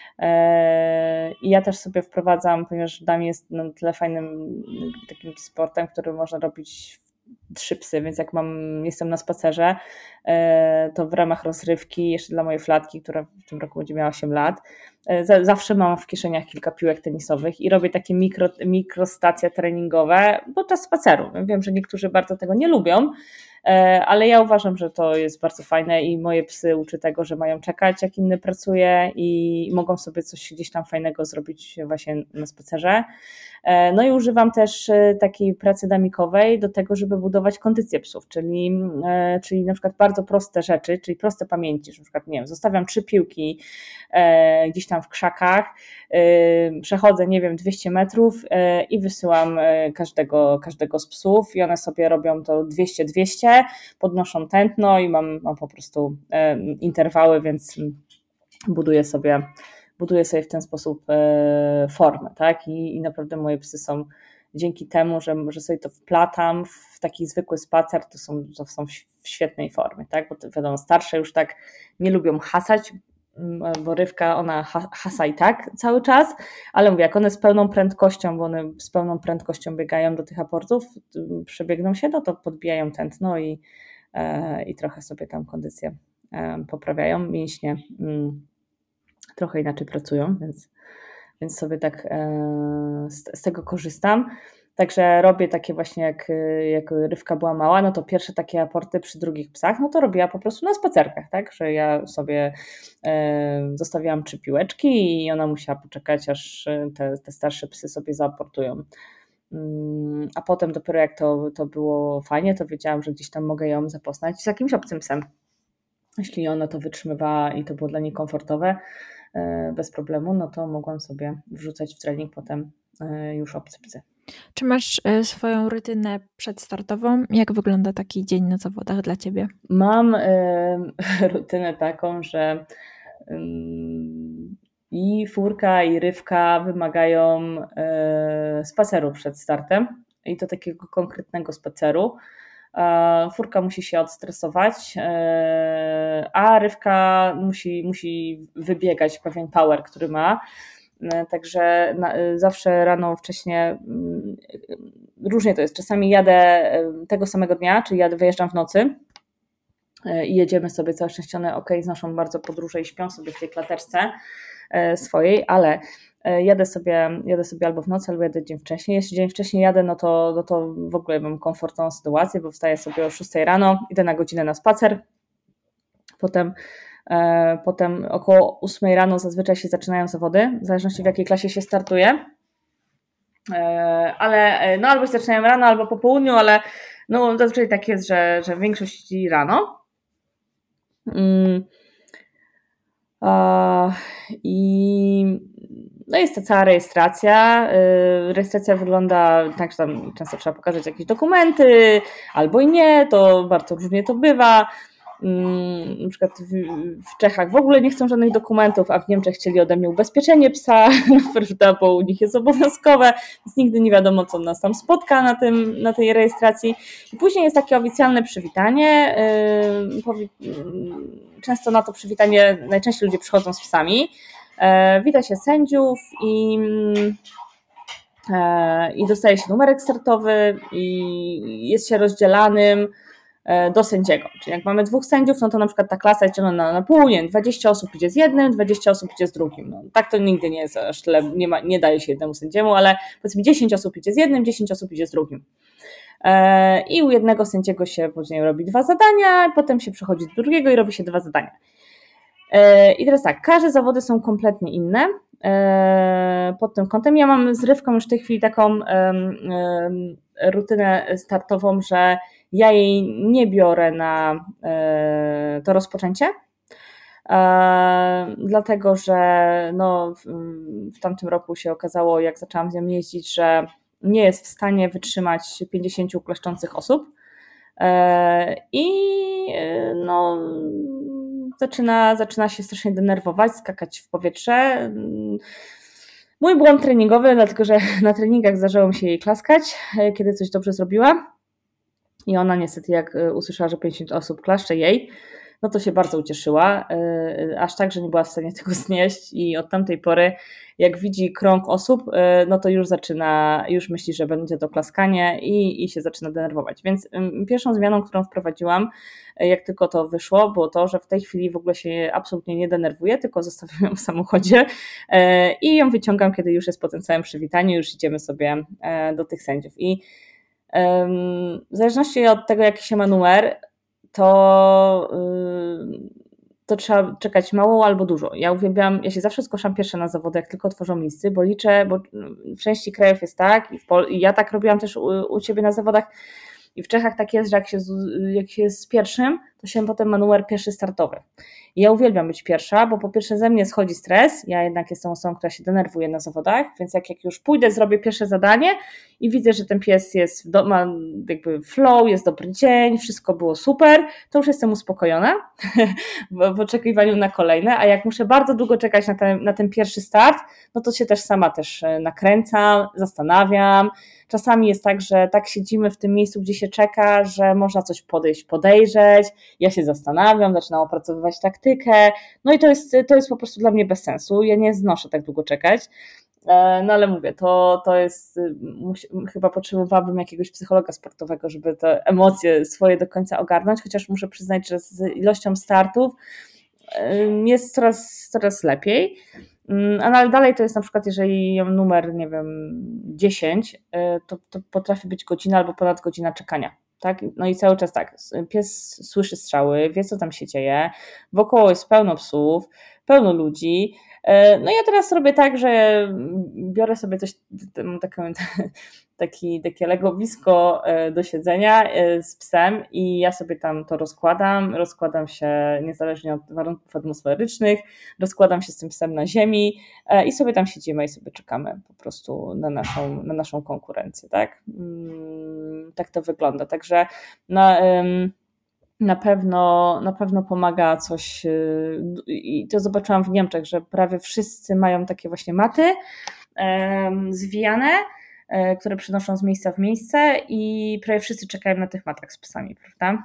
E, I ja też sobie wprowadzam, ponieważ dla mnie jest na tyle fajnym takim sportem, który można robić trzy psy, więc jak mam, jestem na spacerze, e, to w ramach rozrywki, jeszcze dla mojej flatki, która w tym roku będzie miała osiem lat, e, za, zawsze mam w kieszeniach kilka piłek tenisowych i robię takie mikro, mikrostacje treningowe podczas spaceru. Wiem, że niektórzy bardzo tego nie lubią, ale ja uważam, że to jest bardzo fajne i moje psy uczy tego, że mają czekać, jak inny pracuje i mogą sobie coś gdzieś tam fajnego zrobić właśnie na spacerze. No i używam też takiej pracy damikowej do tego, żeby budować kondycję psów, czyli, czyli na przykład bardzo proste rzeczy, czyli proste pamięci, że na przykład nie wiem, zostawiam trzy piłki gdzieś tam w krzakach, przechodzę, nie wiem, dwieście metrów i wysyłam każdego, każdego z psów i one sobie robią to dwieście dwieście, podnoszą tętno i mam, mam po prostu interwały, więc buduję sobie buduję sobie w ten sposób formę, tak? I, i naprawdę moje psy są dzięki temu, że, że sobie to wplatam w taki zwykły spacer, to są, to są w świetnej formie, tak? Bo to, wiadomo, starsze już tak nie lubią hasać, bo Rywka, ona hasa i tak cały czas, ale mówię, jak one z pełną prędkością, bo one z pełną prędkością biegają do tych aportów, przebiegną się, no to podbijają tętno i, i trochę sobie tam kondycję poprawiają, mięśnie trochę inaczej pracują, więc, więc sobie tak z, z tego korzystam. Także robię takie właśnie, jak, jak Rywka była mała, no to pierwsze takie aporty przy drugich psach, no to robiła po prostu na spacerkach, tak, że ja sobie e, zostawiałam trzy piłeczki i ona musiała poczekać, aż te, te starsze psy sobie zaaportują. A potem dopiero jak to, to było fajnie, to wiedziałam, że gdzieś tam mogę ją zapoznać z jakimś obcym psem. Jeśli ona to wytrzymywała i to było dla niej komfortowe, bez problemu, no to mogłam sobie wrzucać w trening potem już obce psy. Czy masz swoją rutynę przedstartową? Jak wygląda taki dzień na zawodach dla Ciebie? Mam y, rutynę taką, że y, i Furka, i Rywka wymagają y, spaceru przed startem i to takiego konkretnego spaceru. Furka musi się odstresować, a Rywka musi, musi wybiegać pewien power, który ma. Także zawsze rano wcześnie, różnie to jest, czasami jadę tego samego dnia, czyli jadę, wyjeżdżam w nocy i jedziemy sobie całe szczęście, one ok, znoszą bardzo podróże i śpią sobie w tej klateczce swojej, ale jadę sobie, jadę sobie albo w nocy, albo jadę dzień wcześniej. Jeśli dzień wcześniej jadę, no to, no to w ogóle mam komfortową sytuację, bo wstaję sobie o szóstej rano, idę na godzinę na spacer, potem e, potem około ósmej rano zazwyczaj się zaczynają zawody, w zależności w jakiej klasie się startuje, e, ale no albo się zaczynają rano, albo po południu, ale no zazwyczaj tak jest, że, że w większości rano. Mm. I no jest ta cała rejestracja. Rejestracja wygląda tak, że tam często trzeba pokazać jakieś dokumenty, albo i nie, to bardzo różnie to bywa. na przykład w, w Czechach w ogóle nie chcą żadnych dokumentów, a w Niemczech chcieli ode mnie ubezpieczenie psa, prawda, bo u nich jest obowiązkowe, więc nigdy nie wiadomo, co nas tam spotka na, tym, na tej rejestracji. I później jest takie oficjalne przywitanie. Często na to przywitanie najczęściej ludzie przychodzą z psami. Wita się sędziów i i dostaje się numerek startowy i jest się rozdzielanym do sędziego. Czyli jak mamy dwóch sędziów, no to na przykład ta klasa jest dzielona na pół, nie, dwadzieścia osób idzie z jednym, dwadzieścia osób idzie z drugim. No, tak to nigdy nie jest aż tyle, nie, ma, nie daje się jednemu sędziemu, ale powiedzmy dziesięć osób idzie z jednym, dziesięć osób idzie z drugim. I u jednego sędziego się później robi dwa zadania, potem się przechodzi do drugiego i robi się dwa zadania. I teraz tak, każde zawody są kompletnie inne pod tym kątem. Ja mam z Rywką już w tej chwili taką rutynę startową, że ja jej nie biorę na to rozpoczęcie, dlatego że no, w tamtym roku się okazało, jak zaczęłam z nią jeździć, że nie jest w stanie wytrzymać pięćdziesięciu klaszczących osób i no zaczyna, zaczyna się strasznie denerwować, skakać w powietrze. Mój błąd treningowy, dlatego że na treningach zdarzało mi się jej klaskać, kiedy coś dobrze zrobiła i ona niestety jak usłyszała, że pięćdziesiąt osób klaszcze jej, no to się bardzo ucieszyła, aż tak, że nie była w stanie tego znieść i od tamtej pory jak widzi krąg osób, no to już zaczyna, już myśli, że będzie to klaskanie i, i się zaczyna denerwować. Więc pierwszą zmianą, którą wprowadziłam, jak tylko to wyszło, było to, że w tej chwili w ogóle się absolutnie nie denerwuję, tylko zostawiam ją w samochodzie i ją wyciągam, kiedy już jest po tym całym przywitaniu, już idziemy sobie do tych sędziów. I w zależności od tego, jaki się ma numer, to, to trzeba czekać mało albo dużo. Ja uwielbiam, ja się zawsze zgłaszam pierwsza na zawody, jak tylko otworzą listy, bo liczę, bo w części krajów jest tak i, w Pol- i ja tak robiłam też u, u Ciebie na zawodach i w Czechach tak jest, że jak się, z, jak się jest z pierwszym, to się potem ma numer pierwszy startowy. I ja uwielbiam być pierwsza, bo po pierwsze ze mnie schodzi stres, ja jednak jestem osobą, która się denerwuje na zawodach, więc jak, jak już pójdę, zrobię pierwsze zadanie i widzę, że ten pies jest, ma jakby flow, jest dobry dzień, wszystko było super, to już jestem uspokojona w oczekiwaniu na kolejne, a jak muszę bardzo długo czekać na ten, na ten pierwszy start, no to się też sama też nakręcam, zastanawiam. Czasami jest tak, że tak siedzimy w tym miejscu, gdzie się czeka, że można coś podejść, podejrzeć, ja się zastanawiam, zaczynam opracowywać taktykę, no i to jest, to jest po prostu dla mnie bez sensu, ja nie znoszę tak długo czekać, no ale mówię, to, to jest, chyba potrzebowałabym jakiegoś psychologa sportowego, żeby te emocje swoje do końca ogarnąć, chociaż muszę przyznać, że z ilością startów jest coraz, coraz lepiej. Ale dalej to jest na przykład, jeżeli ją numer, nie wiem, dziesięć, to, to potrafi być godzina albo ponad godzina czekania. Tak? No i cały czas tak, pies słyszy strzały, wie co tam się dzieje, wokoło jest pełno psów, pełno ludzi. No ja teraz robię tak, że biorę sobie coś, taką, taki, takie legowisko do siedzenia z psem i ja sobie tam to rozkładam, rozkładam się niezależnie od warunków atmosferycznych, rozkładam się z tym psem na ziemi i sobie tam siedzimy i sobie czekamy po prostu na naszą, na naszą konkurencję, tak? Tak to wygląda, także na, na pewno, na pewno pomaga coś i to zobaczyłam w Niemczech, że prawie wszyscy mają takie właśnie maty zwijane, które przenoszą z miejsca w miejsce i prawie wszyscy czekają na tych matach z psami, prawda?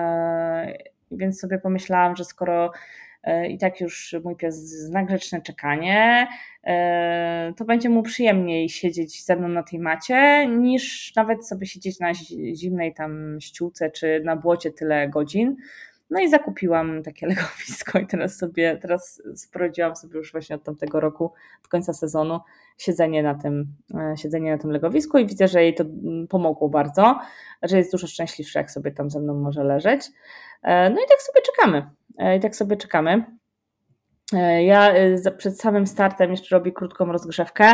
Więc sobie pomyślałam, że skoro i tak już mój pies zna grzeczne czekanie, to będzie mu przyjemniej siedzieć ze mną na tej macie, niż nawet sobie siedzieć na zimnej tam ściółce czy na błocie tyle godzin. No i zakupiłam takie legowisko i teraz sobie, teraz sprowadziłam sobie już właśnie od tamtego roku, od końca sezonu, siedzenie na tym, siedzenie na tym legowisku i widzę, że jej to pomogło bardzo, że jest dużo szczęśliwsza, jak sobie tam ze mną może leżeć. No i tak sobie czekamy. I tak sobie czekamy. Ja przed samym startem jeszcze robię krótką rozgrzewkę,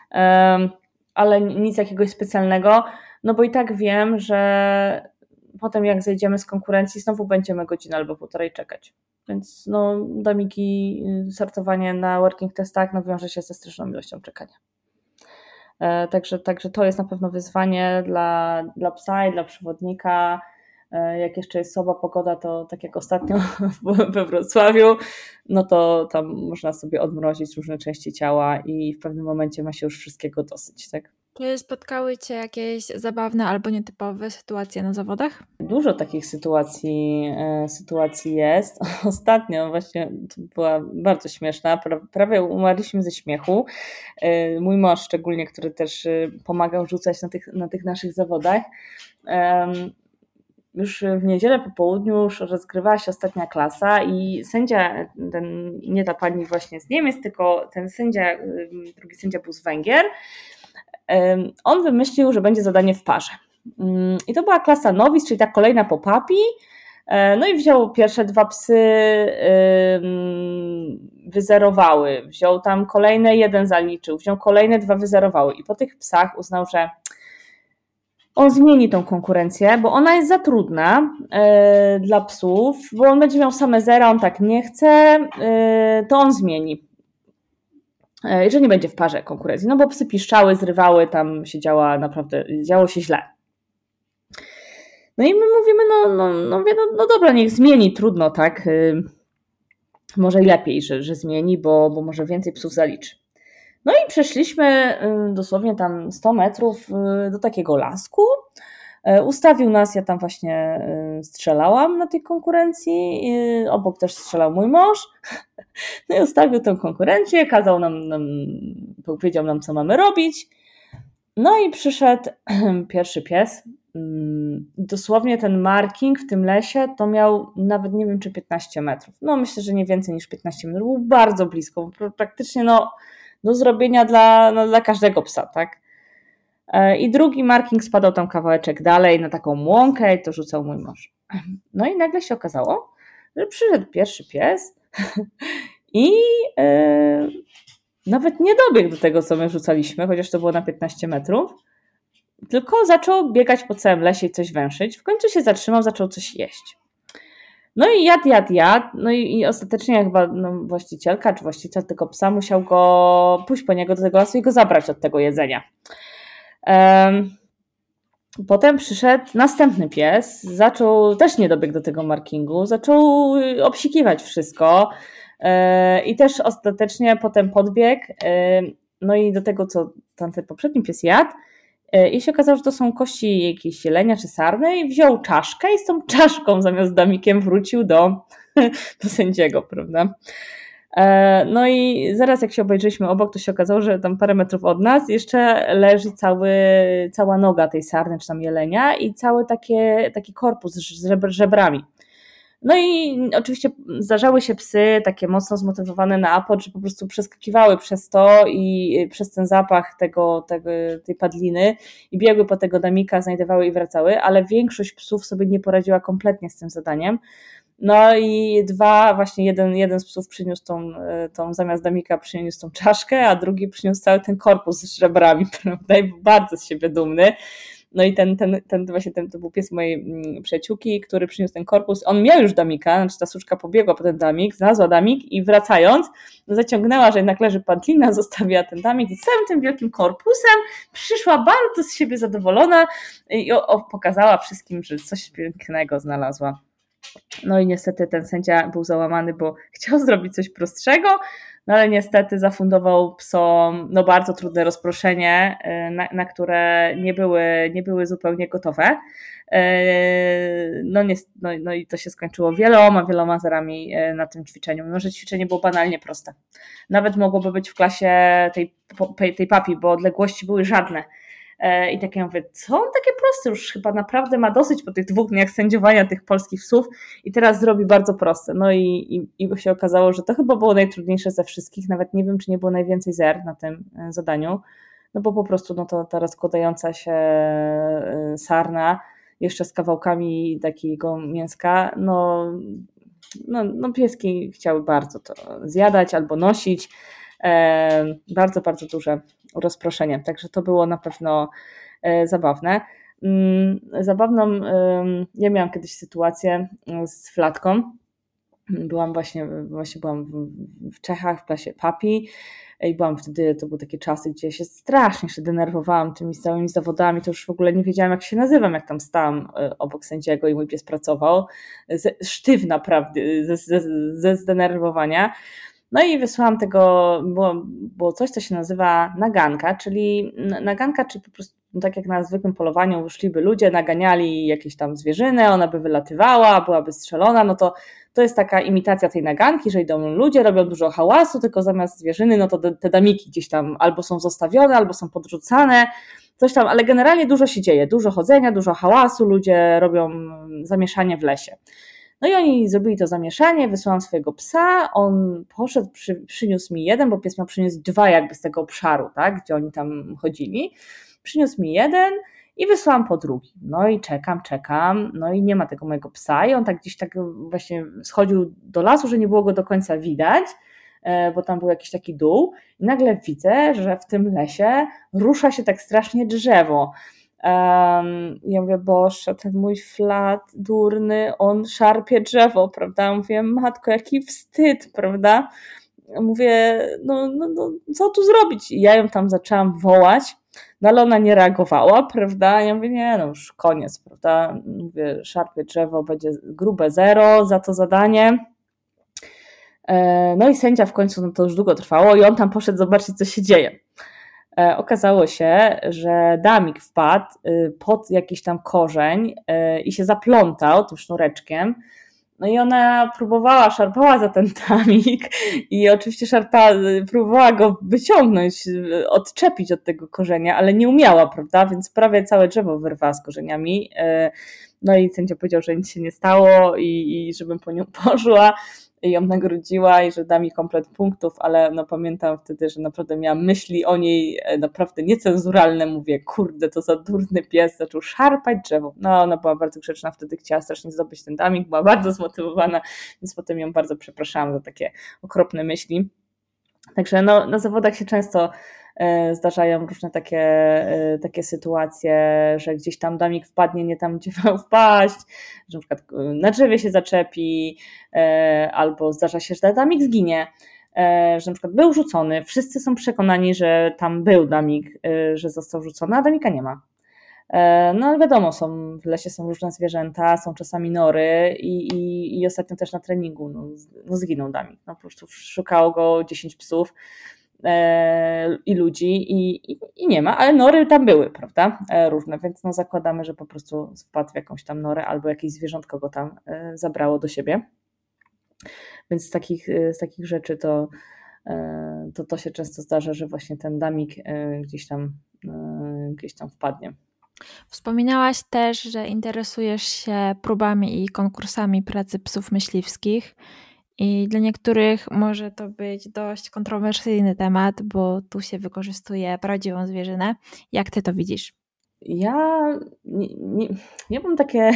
ale nic jakiegoś specjalnego, no bo i tak wiem, że potem jak zejdziemy z konkurencji, znowu będziemy godzinę albo półtorej czekać. Więc no, domiki, startowanie na working testach no, wiąże się ze straszną ilością czekania. Także, także to jest na pewno wyzwanie dla, dla psa i dla przewodnika, Jak jeszcze jest słaba pogoda, to tak jak ostatnio we Wrocławiu, no to tam można sobie odmrozić różne części ciała i w pewnym momencie ma się już wszystkiego dosyć, tak? Czy spotkały Cię jakieś zabawne albo nietypowe sytuacje na zawodach? Dużo takich sytuacji, sytuacji jest. Ostatnio właśnie była bardzo śmieszna, prawie umarliśmy ze śmiechu. Mój mąż szczególnie, który też pomagał rzucać na tych, na tych naszych zawodach. Już w niedzielę po południu już rozgrywała się ostatnia klasa i sędzia, ten, nie ta pani właśnie z Niemiec, tylko ten sędzia, drugi sędzia był z Węgier, on wymyślił, że będzie zadanie w parze. I to była klasa nowic, czyli ta kolejna po papi. No i wziął pierwsze dwa psy, wyzerowały, wziął tam kolejne, jeden zaliczył, wziął kolejne, dwa wyzerowały i po tych psach uznał, że on zmieni tą konkurencję, bo ona jest za trudna yy, dla psów, bo on będzie miał same zera, on tak nie chce, yy, to on zmieni. Yy, że nie będzie w parze konkurencji, no bo psy piszczały, zrywały, tam się działa naprawdę, działo się źle. No i my mówimy, no, no, no, no, no dobra, niech zmieni, trudno, tak, yy, może i lepiej, że, że zmieni, bo, bo może więcej psów zaliczy. No i przeszliśmy dosłownie tam sto metrów do takiego lasku. Ustawił nas, ja tam właśnie strzelałam na tej konkurencji, obok też strzelał mój mąż. No i ustawił tę konkurencję, kazał nam, nam powiedział nam, co mamy robić. No i przyszedł pierwszy pies. Dosłownie ten marking w tym lesie to miał nawet nie wiem czy piętnaście metrów. No myślę, że nie więcej niż piętnaście metrów. Był bardzo blisko, praktycznie no do zrobienia dla, no, dla każdego psa, tak? I drugi marking spadał tam kawałeczek dalej na taką łąkę i to rzucał mój mąż. No i nagle się okazało, że przyszedł pierwszy pies i yy, nawet nie dobiegł do tego, co my rzucaliśmy, chociaż to było na piętnaście metrów, tylko zaczął biegać po całym lesie i coś węszyć. W końcu się zatrzymał, zaczął coś jeść. No i jadł, jadł, jadł, no i, i ostatecznie chyba no, właścicielka czy właściciel tego psa musiał go pójść po niego do tego lasu i go zabrać od tego jedzenia. Um, potem przyszedł następny pies, zaczął, też nie dobiegł do tego markingu, zaczął obsikiwać wszystko yy, i też ostatecznie potem podbiegł, yy, no i do tego, co tamten poprzedni pies jadł, i się okazało, że to są kości jakiejś jelenia czy sarny i wziął czaszkę i z tą czaszką zamiast damikiem wrócił do, do sędziego, prawda? No i zaraz jak się obejrzeliśmy obok, to się okazało, że tam parę metrów od nas jeszcze leży cały, cała noga tej sarny czy tam jelenia i cały takie, taki korpus z żebrami. No i oczywiście zdarzały się psy takie mocno zmotywowane na aport, że po prostu przeskakiwały przez to i przez ten zapach tego, tego, tej padliny i biegły po tego damika, znajdowały i wracały, ale większość psów sobie nie poradziła kompletnie z tym zadaniem. No i dwa, właśnie jeden, jeden z psów przyniósł tą, tą zamiast damika przyniósł tą czaszkę, a drugi przyniósł cały ten korpus z żebrami, prawda? I był bardzo z siebie dumny. No i ten, ten, ten właśnie ten, to był pies mojej przyjaciółki, który przyniósł ten korpus. On miał już damika, znaczy ta suczka pobiegła po ten damik, znalazła damik i wracając zaciągnęła, że jednak leży padlina, zostawiła ten damik i całym tym wielkim korpusem przyszła bardzo z siebie zadowolona i o, o, pokazała wszystkim, że coś pięknego znalazła. No i niestety ten sędzia był załamany, bo chciał zrobić coś prostszego, no ale niestety zafundował psom no bardzo trudne rozproszenie, na, na które nie były, nie były zupełnie gotowe. No, nie, no, no i to się skończyło wieloma, wieloma zerami na tym ćwiczeniu. No, że ćwiczenie było banalnie proste. Nawet mogłoby być w klasie tej, tej papi, bo odległości były żadne. I tak ja mówię, co on takie proste, już chyba naprawdę ma dosyć po tych dwóch dniach sędziowania tych polskich psów i teraz zrobi bardzo proste. No i, i, i się okazało, że to chyba było najtrudniejsze ze wszystkich, nawet nie wiem, czy nie było najwięcej zer na tym zadaniu, no bo po prostu no to ta rozkładająca się sarna, jeszcze z kawałkami takiego mięska, no, no, no pieski chciały bardzo to zjadać albo nosić, e, bardzo, bardzo duże rozproszenie, także to było na pewno e, zabawne. Zabawną, e, ja miałam kiedyś sytuację z flatką, byłam właśnie, właśnie byłam w, w Czechach, w klasie papi, I byłam wtedy, to były takie czasy, gdzie się strasznie się denerwowałam tymi całymi zawodami, to już w ogóle nie wiedziałam, jak się nazywam, jak tam stałam obok sędziego i mój pies pracował, sztywna prawda, ze, ze, ze zdenerwowania. No i wysłałam tego, było, było coś, co się nazywa naganka, czyli naganka, czyli po prostu tak jak na zwykłym polowaniu wyszliby ludzie, naganiali jakieś tam zwierzyny, ona by wylatywała, byłaby strzelona, no to to jest taka imitacja tej naganki, że idą ludzie, robią dużo hałasu, tylko zamiast zwierzyny, no to te damiki gdzieś tam albo są zostawione, albo są podrzucane, coś tam, ale generalnie dużo się dzieje, dużo chodzenia, dużo hałasu, ludzie robią zamieszanie w lesie. No i oni zrobili to zamieszanie, wysłałam swojego psa, on poszedł, przy, przyniósł mi jeden, bo pies miał przyniósł dwa jakby z tego obszaru, tak, gdzie oni tam chodzili. Przyniósł mi jeden i wysłałam po drugi. No i czekam, czekam, no i nie ma tego mojego psa i on tak gdzieś tak właśnie schodził do lasu, że nie było go do końca widać, bo tam był jakiś taki dół i nagle widzę, że w tym lesie rusza się tak strasznie drzewo. Um, ja mówię, Boże, ten mój flat durny, on szarpie drzewo, prawda? Mówię, matko, jaki wstyd, prawda? Mówię, no, no, no co tu zrobić? I ja ją tam zaczęłam wołać, no ale ona nie reagowała, prawda? Ja mówię, nie, no już koniec, prawda? Mówię, szarpie drzewo, będzie grube zero za to zadanie. No i sędzia w końcu, no to już długo trwało i on tam poszedł zobaczyć, co się dzieje. Okazało się, że damik wpadł pod jakiś tam korzeń i się zaplątał tym sznureczkiem. No i ona próbowała, szarpała za ten damik i oczywiście szarpała, próbowała go wyciągnąć, odczepić od tego korzenia, ale nie umiała, prawda? Więc prawie całe drzewo wyrwała z korzeniami. No i sędzia powiedział, że nic się nie stało i, i żebym po nią poszła i ją nagrodziła i że da mi komplet punktów, ale no pamiętam wtedy, że naprawdę miałam myśli o niej naprawdę niecenzuralne, mówię, kurde, to za durny pies, zaczął szarpać drzewo. No ona była bardzo grzeczna, wtedy chciała strasznie zdobyć ten damik, była bardzo zmotywowana, więc potem ją bardzo przepraszałam za takie okropne myśli. Także no, na zawodach się często zdarzają różne takie, takie sytuacje, że gdzieś tam damik wpadnie nie tam, gdzie miał wpaść, że na przykład na drzewie się zaczepi, albo zdarza się, że damik zginie, że na przykład był rzucony, wszyscy są przekonani, że tam był damik, że został rzucony, a damika nie ma. No ale wiadomo, są, w lesie są różne zwierzęta, są czasami nory i, i, i ostatnio też na treningu no, no zginął damik. No, po prostu szukało go dziesięć psów i ludzi i, i, i nie ma, ale nory tam były, prawda, różne, więc no zakładamy, że po prostu wpadł w jakąś tam norę albo jakieś zwierzątko go tam zabrało do siebie, więc z takich, z takich rzeczy to, to to się często zdarza, że właśnie ten damik gdzieś tam, gdzieś tam wpadnie. Wspominałaś też, że interesujesz się próbami i konkursami pracy psów myśliwskich. I dla niektórych może to być dość kontrowersyjny temat, bo tu się wykorzystuje prawdziwą zwierzynę. Jak ty to widzisz? Ja nie, nie, ja mam takie...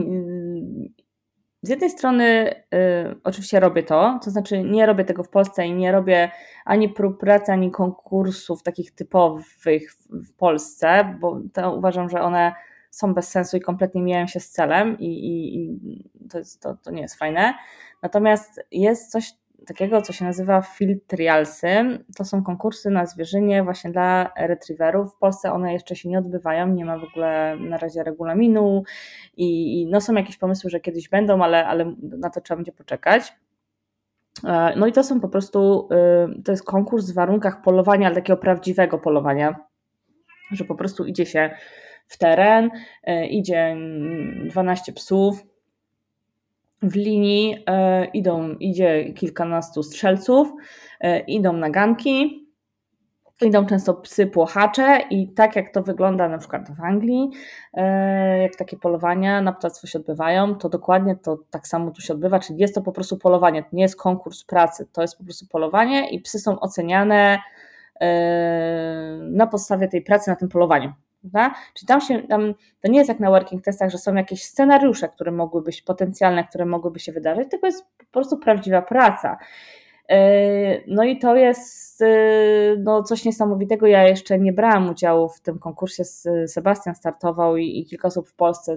Z jednej strony y, oczywiście robię to, to znaczy nie robię tego w Polsce i nie robię ani prób pracy, ani konkursów takich typowych w, w Polsce, bo to uważam, że one są bez sensu i kompletnie mijają się z celem i, i, i to, jest, to, to nie jest fajne. Natomiast jest coś takiego, co się nazywa field trialsy. To są konkursy na zwierzynie właśnie dla retriewerów. W Polsce one jeszcze się nie odbywają, nie ma w ogóle na razie regulaminu i, i no są jakieś pomysły, że kiedyś będą, ale, ale na to trzeba będzie poczekać. No i to są po prostu, to jest konkurs w warunkach polowania, ale takiego prawdziwego polowania, że po prostu idzie się w teren, idzie dwanaście psów, w linii e, idą, idzie kilkunastu strzelców, e, idą naganki, idą często psy płochacze i tak jak to wygląda na przykład w Anglii, e, jak takie polowania na ptactwo się odbywają, to dokładnie to tak samo tu się odbywa, czyli jest to po prostu polowanie, to nie jest konkurs pracy, to jest po prostu polowanie i psy są oceniane e, na podstawie tej pracy na tym polowaniu. Prawda? Czyli tam się, tam, to nie jest jak na working testach, że są jakieś scenariusze, które mogły być potencjalne, które mogłyby się wydarzyć, tylko jest po prostu prawdziwa praca. No i to jest no, coś niesamowitego. Ja jeszcze nie brałam udziału w tym konkursie, Sebastian startował i, i kilka osób w Polsce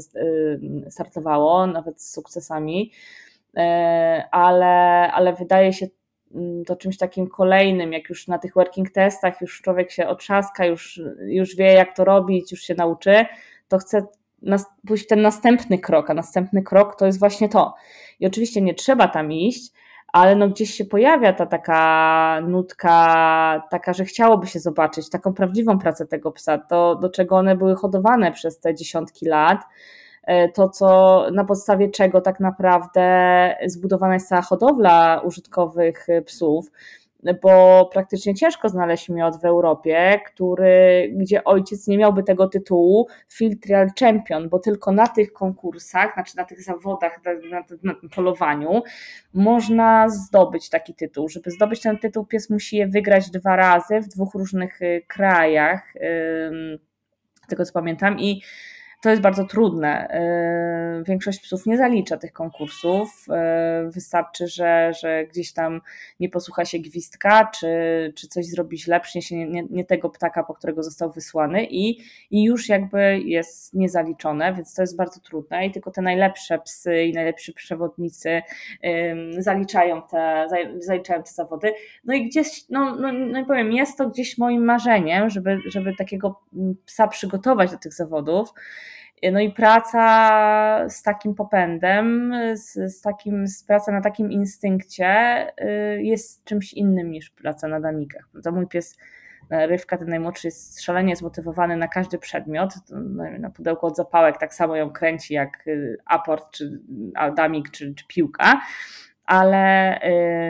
startowało, nawet z sukcesami, ale, ale wydaje się to czymś takim kolejnym, jak już na tych working testach już człowiek się otrzaska, już, już wie jak to robić, już się nauczy, to chce nas, pójść ten następny krok, a następny krok to jest właśnie to. I oczywiście nie trzeba tam iść, ale no gdzieś się pojawia ta taka nutka, taka, że chciałoby się zobaczyć taką prawdziwą pracę tego psa, to do czego one były hodowane przez te dziesiątki lat, to co, na podstawie czego tak naprawdę zbudowana jest cała hodowla użytkowych psów, bo praktycznie ciężko znaleźć miod w Europie, który, gdzie ojciec nie miałby tego tytułu Field Trial Champion, bo tylko na tych konkursach, znaczy na tych zawodach, na, na, na tym polowaniu można zdobyć taki tytuł. Żeby zdobyć ten tytuł, pies musi je wygrać dwa razy w dwóch różnych krajach, z tego co pamiętam, i to jest bardzo trudne. Większość psów nie zalicza tych konkursów. Wystarczy, że, że gdzieś tam nie posłucha się gwizdka, czy, czy coś zrobi źle, przyniesie nie, nie, nie tego ptaka, po którego został wysłany i, i już jakby jest niezaliczone, więc to jest bardzo trudne i tylko te najlepsze psy i najlepsi przewodnicy zaliczają te, zaliczają te zawody. No i gdzieś, no, no, no i powiem, jest to gdzieś moim marzeniem, żeby, żeby takiego psa przygotować do tych zawodów. No i praca z takim popędem, z, z takim, z praca na takim instynkcie jest czymś innym niż praca na damikach. To mój pies Rywka, ten najmłodszy, jest szalenie zmotywowany na każdy przedmiot. Na pudełku od zapałek tak samo ją kręci jak aport, czy damik, czy, czy piłka. Ale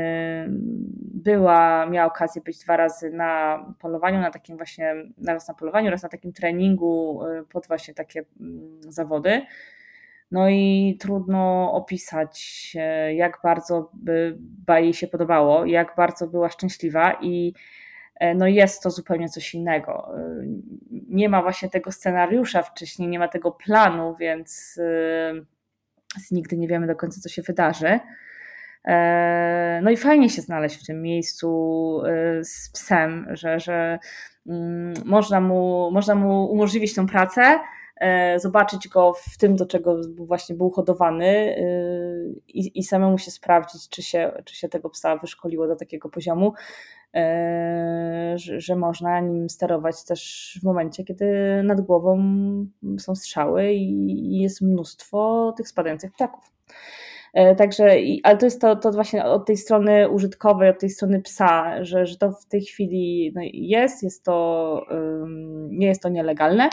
była, miała okazję być dwa razy na polowaniu, na takim właśnie, raz na polowaniu, raz na takim treningu pod właśnie takie zawody. No i trudno opisać, jak bardzo by jej się podobało, jak bardzo była szczęśliwa i no jest to zupełnie coś innego. Nie ma właśnie tego scenariusza wcześniej, nie ma tego planu, więc nigdy nie wiemy do końca, co się wydarzy. No i fajnie się znaleźć w tym miejscu z psem, że, że można mu, można mu umożliwić tę pracę, zobaczyć go w tym, do czego właśnie był hodowany i, i samemu się sprawdzić, czy się, czy się tego psa wyszkoliło do takiego poziomu, że, że można nim sterować też w momencie, kiedy nad głową są strzały i jest mnóstwo tych spadających ptaków. Także, ale to jest to, to właśnie od tej strony użytkowej, od tej strony psa, że, że to w tej chwili no jest, jest to, nie jest to nielegalne.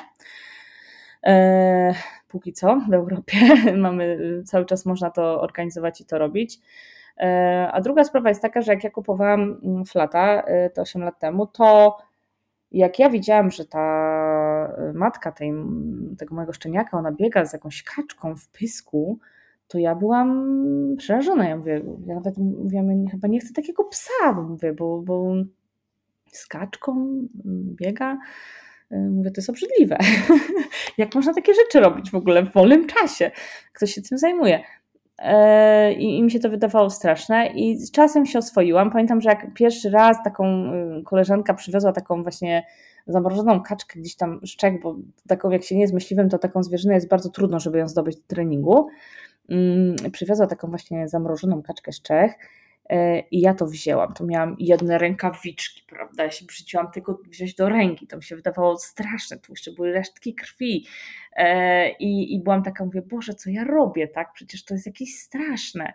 Póki co w Europie mamy, cały czas można to organizować i to robić. A druga sprawa jest taka, że jak ja kupowałam Flata to osiem lat temu, to jak ja widziałam, że ta matka tej, tego mojego szczeniaka, ona biega z jakąś kaczką w pysku, to ja byłam przerażona. Ja mówię, ja nawet mówiłam, chyba nie chcę takiego psa, mówię, bo, bo z kaczką biega. Mówię, to jest obrzydliwe. Jak można takie rzeczy robić w ogóle w wolnym czasie? Ktoś się tym zajmuje. I, I mi się to wydawało straszne i z czasem się oswoiłam. Pamiętam, że jak pierwszy raz taką koleżanka przywiozła taką właśnie zamrożoną kaczkę gdzieś tam szczek, bo taką jak się nie jest myśliwym, to taką zwierzynę jest bardzo trudno, żeby ją zdobyć do treningu. Przywiozła taką właśnie zamrożoną kaczkę z Czech i ja to wzięłam. To miałam jedne rękawiczki, prawda? Ja się brzydziłam tego wziąć do ręki. To mi się wydawało straszne. Tu jeszcze były resztki krwi. I, i byłam taka, mówię, Boże, co ja robię, tak? Przecież to jest jakieś straszne.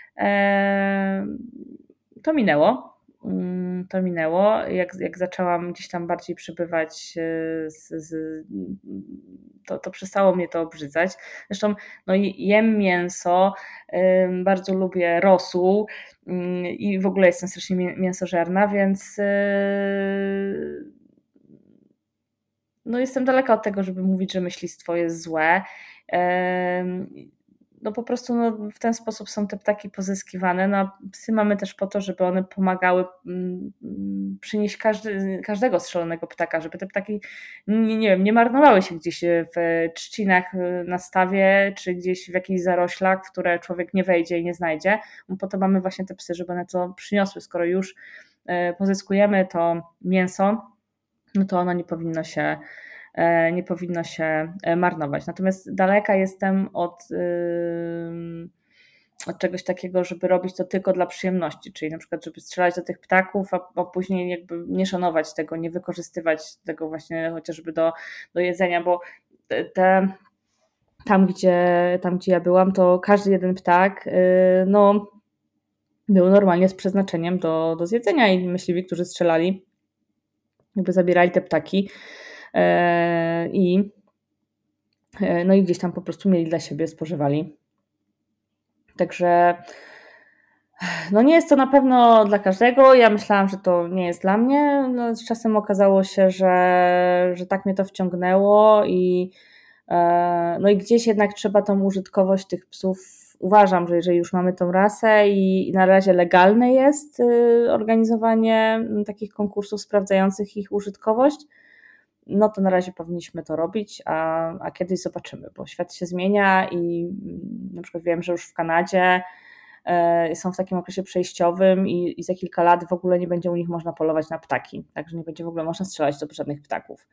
To minęło. To minęło, jak, jak zaczęłam gdzieś tam bardziej przebywać, z, z, to, to przestało mnie to obrzydzać. Zresztą no, jem mięso, bardzo lubię rosół i w ogóle jestem strasznie mięsożerna, więc no, jestem daleka od tego, żeby mówić, że myślistwo jest złe. No po prostu no, w ten sposób są te ptaki pozyskiwane. No, psy mamy też po to, żeby one pomagały przynieść każdy, każdego strzelonego ptaka, żeby te ptaki nie, nie wiem, nie marnowały się gdzieś w trzcinach na stawie, czy gdzieś w jakichś zaroślach, w które człowiek nie wejdzie i nie znajdzie. No, po to mamy właśnie te psy, żeby one to przyniosły. Skoro już pozyskujemy to mięso, no to ono nie powinno się nie powinno się marnować. Natomiast daleka jestem od od czegoś takiego, żeby robić to tylko dla przyjemności, czyli na przykład, żeby strzelać do tych ptaków, a, a później jakby nie szanować tego, nie wykorzystywać tego właśnie chociażby do, do jedzenia, bo te, tam, gdzie, tam, gdzie ja byłam, to każdy jeden ptak, no, był normalnie z przeznaczeniem do, do zjedzenia i myśliwi, którzy strzelali, jakby zabierali te ptaki i no i gdzieś tam po prostu mieli dla siebie, spożywali. Także no nie jest to na pewno dla każdego. Ja myślałam, że to nie jest dla mnie. No, z czasem okazało się, że, że tak mnie to wciągnęło i no i gdzieś jednak trzeba tą użytkowość tych psów. Uważam, że jeżeli już mamy tą rasę i na razie legalne jest organizowanie takich konkursów sprawdzających ich użytkowość, no to na razie powinniśmy to robić, a, a kiedyś zobaczymy, bo świat się zmienia i na przykład wiem, że już w Kanadzie są w takim okresie przejściowym i, i za kilka lat w ogóle nie będzie u nich można polować na ptaki, także nie będzie w ogóle można strzelać do żadnych ptaków.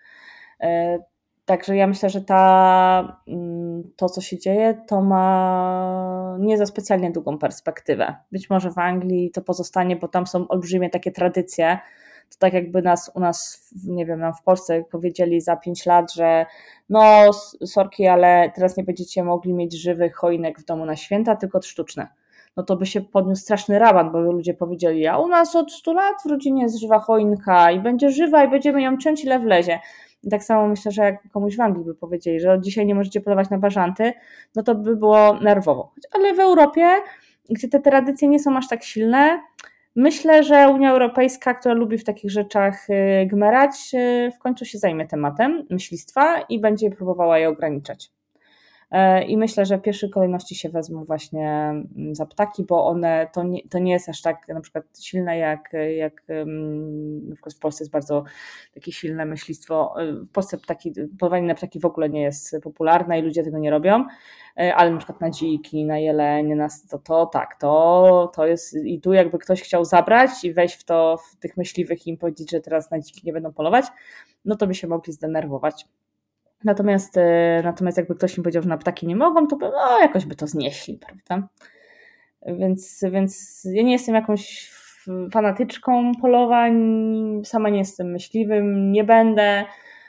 Także ja myślę, że ta, to, co się dzieje, to ma nie za specjalnie długą perspektywę. Być może w Anglii to pozostanie, bo tam są olbrzymie takie tradycje. To tak jakby nas u nas, nie wiem, nam w Polsce powiedzieli za pięć lat, że no sorki, ale teraz nie będziecie mogli mieć żywych choinek w domu na święta, tylko sztuczne. No to by się podniósł straszny raban, bo ludzie powiedzieli, a u nas od stu lat w rodzinie jest żywa choinka i będzie żywa i będziemy ją ciąć ile wlezie. I tak samo myślę, że jak komuś w Anglii by powiedzieli, że od dzisiaj nie możecie polować na bażanty, no to by było nerwowo. Ale w Europie, gdzie te tradycje nie są aż tak silne, myślę, że Unia Europejska, która lubi w takich rzeczach gmerać, w końcu się zajmie tematem myślistwa i będzie próbowała je ograniczać. I myślę, że w pierwszej kolejności się wezmą właśnie za ptaki, bo one to nie, to nie jest aż tak na przykład silne jak, jak na przykład w Polsce jest bardzo takie silne myślistwo. W Polsce ptaki, polowanie na ptaki w ogóle nie jest popularne i ludzie tego nie robią, ale na przykład na dziki, na jelenie, na to, to tak, to, to jest i tu jakby ktoś chciał zabrać i wejść w to w tych myśliwych i im powiedzieć, że teraz na dziki nie będą polować, no to by się mogli zdenerwować. Natomiast, natomiast jakby ktoś im powiedział, że na ptaki nie mogą, to by, no, jakoś by to znieśli, prawda? Więc, więc ja nie jestem jakąś fanatyczką polowań, sama nie jestem myśliwym, nie będę,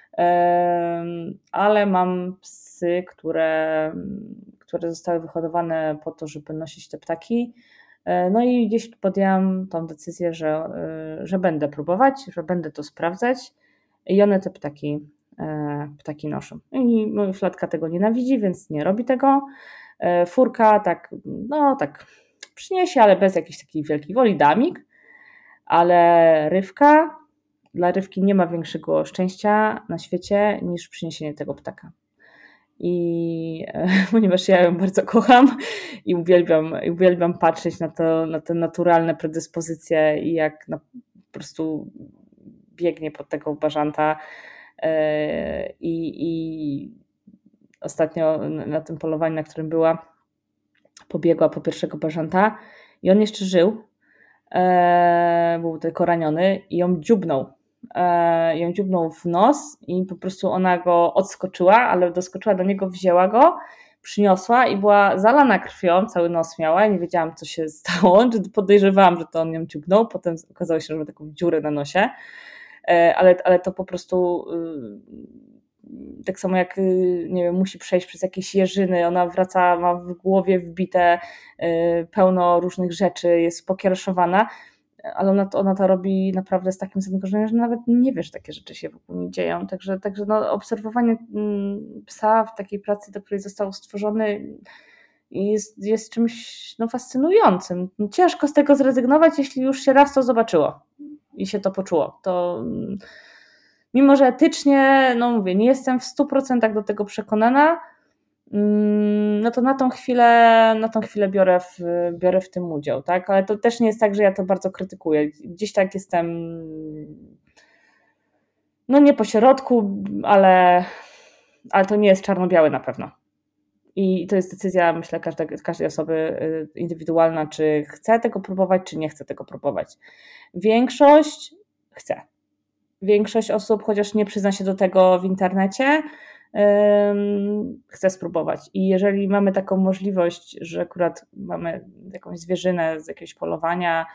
ale mam psy, które, które zostały wyhodowane po to, żeby nosić te ptaki. No i gdzieś podjęłam tą decyzję, że, że będę próbować, że będę to sprawdzać i one te ptaki ptaki noszą. I Flatka tego nienawidzi, więc nie robi tego. Furka tak, no tak przyniesie, ale bez jakiejś takiej wielkiej woli, damik, ale Rywka, dla Rywki nie ma większego szczęścia na świecie niż przyniesienie tego ptaka. I ponieważ ja ją bardzo kocham i uwielbiam, uwielbiam patrzeć na to, na te naturalne predyspozycje i jak na, po prostu biegnie pod tego bażanta. I, i ostatnio na tym polowaniu, na którym była, pobiegła po pierwszego bażanta i on jeszcze żył, był tylko raniony i ją dziubnął. Ją dziubnął w nos i po prostu ona go odskoczyła, ale doskoczyła do niego, wzięła go, przyniosła i była zalana krwią, cały nos miała i nie wiedziałam, co się stało, podejrzewałam, że to on ją dziubnął, potem okazało się, że ma taką dziurę na nosie. Ale, ale to po prostu tak samo jak, nie wiem, musi przejść przez jakieś jeżyny, ona wraca, ma w głowie wbite pełno różnych rzeczy, jest pokiereszowana, ale ona to, ona to robi naprawdę z takim zaangażowaniem, że nawet nie wie, że takie rzeczy się wokół nie dzieją. Także, także no, obserwowanie psa w takiej pracy, do której został stworzony, jest, jest czymś no, fascynującym. Ciężko z tego zrezygnować, jeśli już się raz to zobaczyło i się to poczuło. To mimo, że etycznie, no mówię, nie jestem w stu procentach do tego przekonana, no to na tą chwilę, na tą chwilę biorę w, biorę w tym udział, tak? Ale to też nie jest tak, że ja to bardzo krytykuję. Gdzieś tak jestem, no nie po środku, ale, ale to nie jest czarno-białe na pewno. I to jest decyzja, myślę, każdej, każdej osoby indywidualna, czy chce tego próbować, czy nie chce tego próbować. Większość chce. Większość osób, chociaż nie przyzna się do tego w internecie, chcę spróbować. I jeżeli mamy taką możliwość, że akurat mamy jakąś zwierzynę z jakiegoś polowania,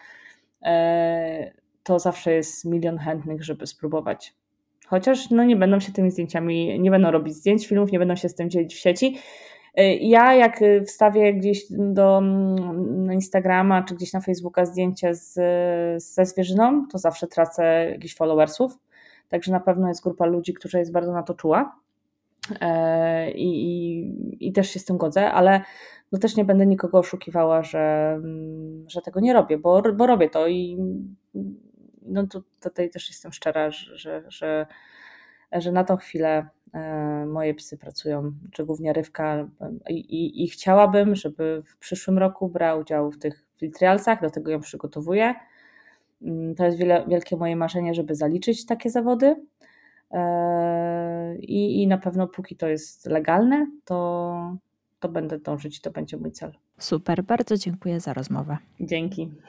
to zawsze jest milion chętnych, żeby spróbować. Chociaż no nie będą się tymi zdjęciami, nie będą robić zdjęć, filmów, nie będą się z tym dzielić w sieci. Ja jak wstawię gdzieś do na Instagrama czy gdzieś na Facebooka zdjęcie z, ze zwierzyną, to zawsze tracę jakichś followersów. Także na pewno jest grupa ludzi, która jest bardzo na to czuła. I, i, i też się z tym godzę, ale no też nie będę nikogo oszukiwała, że, że tego nie robię, bo, bo robię to i no to, tutaj też jestem szczera, że, że, że na tą chwilę moje psy pracują, czy głównie Rywka i, i, i chciałabym, żeby w przyszłym roku brała udział w tych filtrialsach, do tego ją przygotowuję. To jest wiele, wielkie moje marzenie, żeby zaliczyć takie zawody. I, i na pewno póki to jest legalne, to, to będę dążyć, to będzie mój cel. Super, bardzo dziękuję za rozmowę. Dzięki.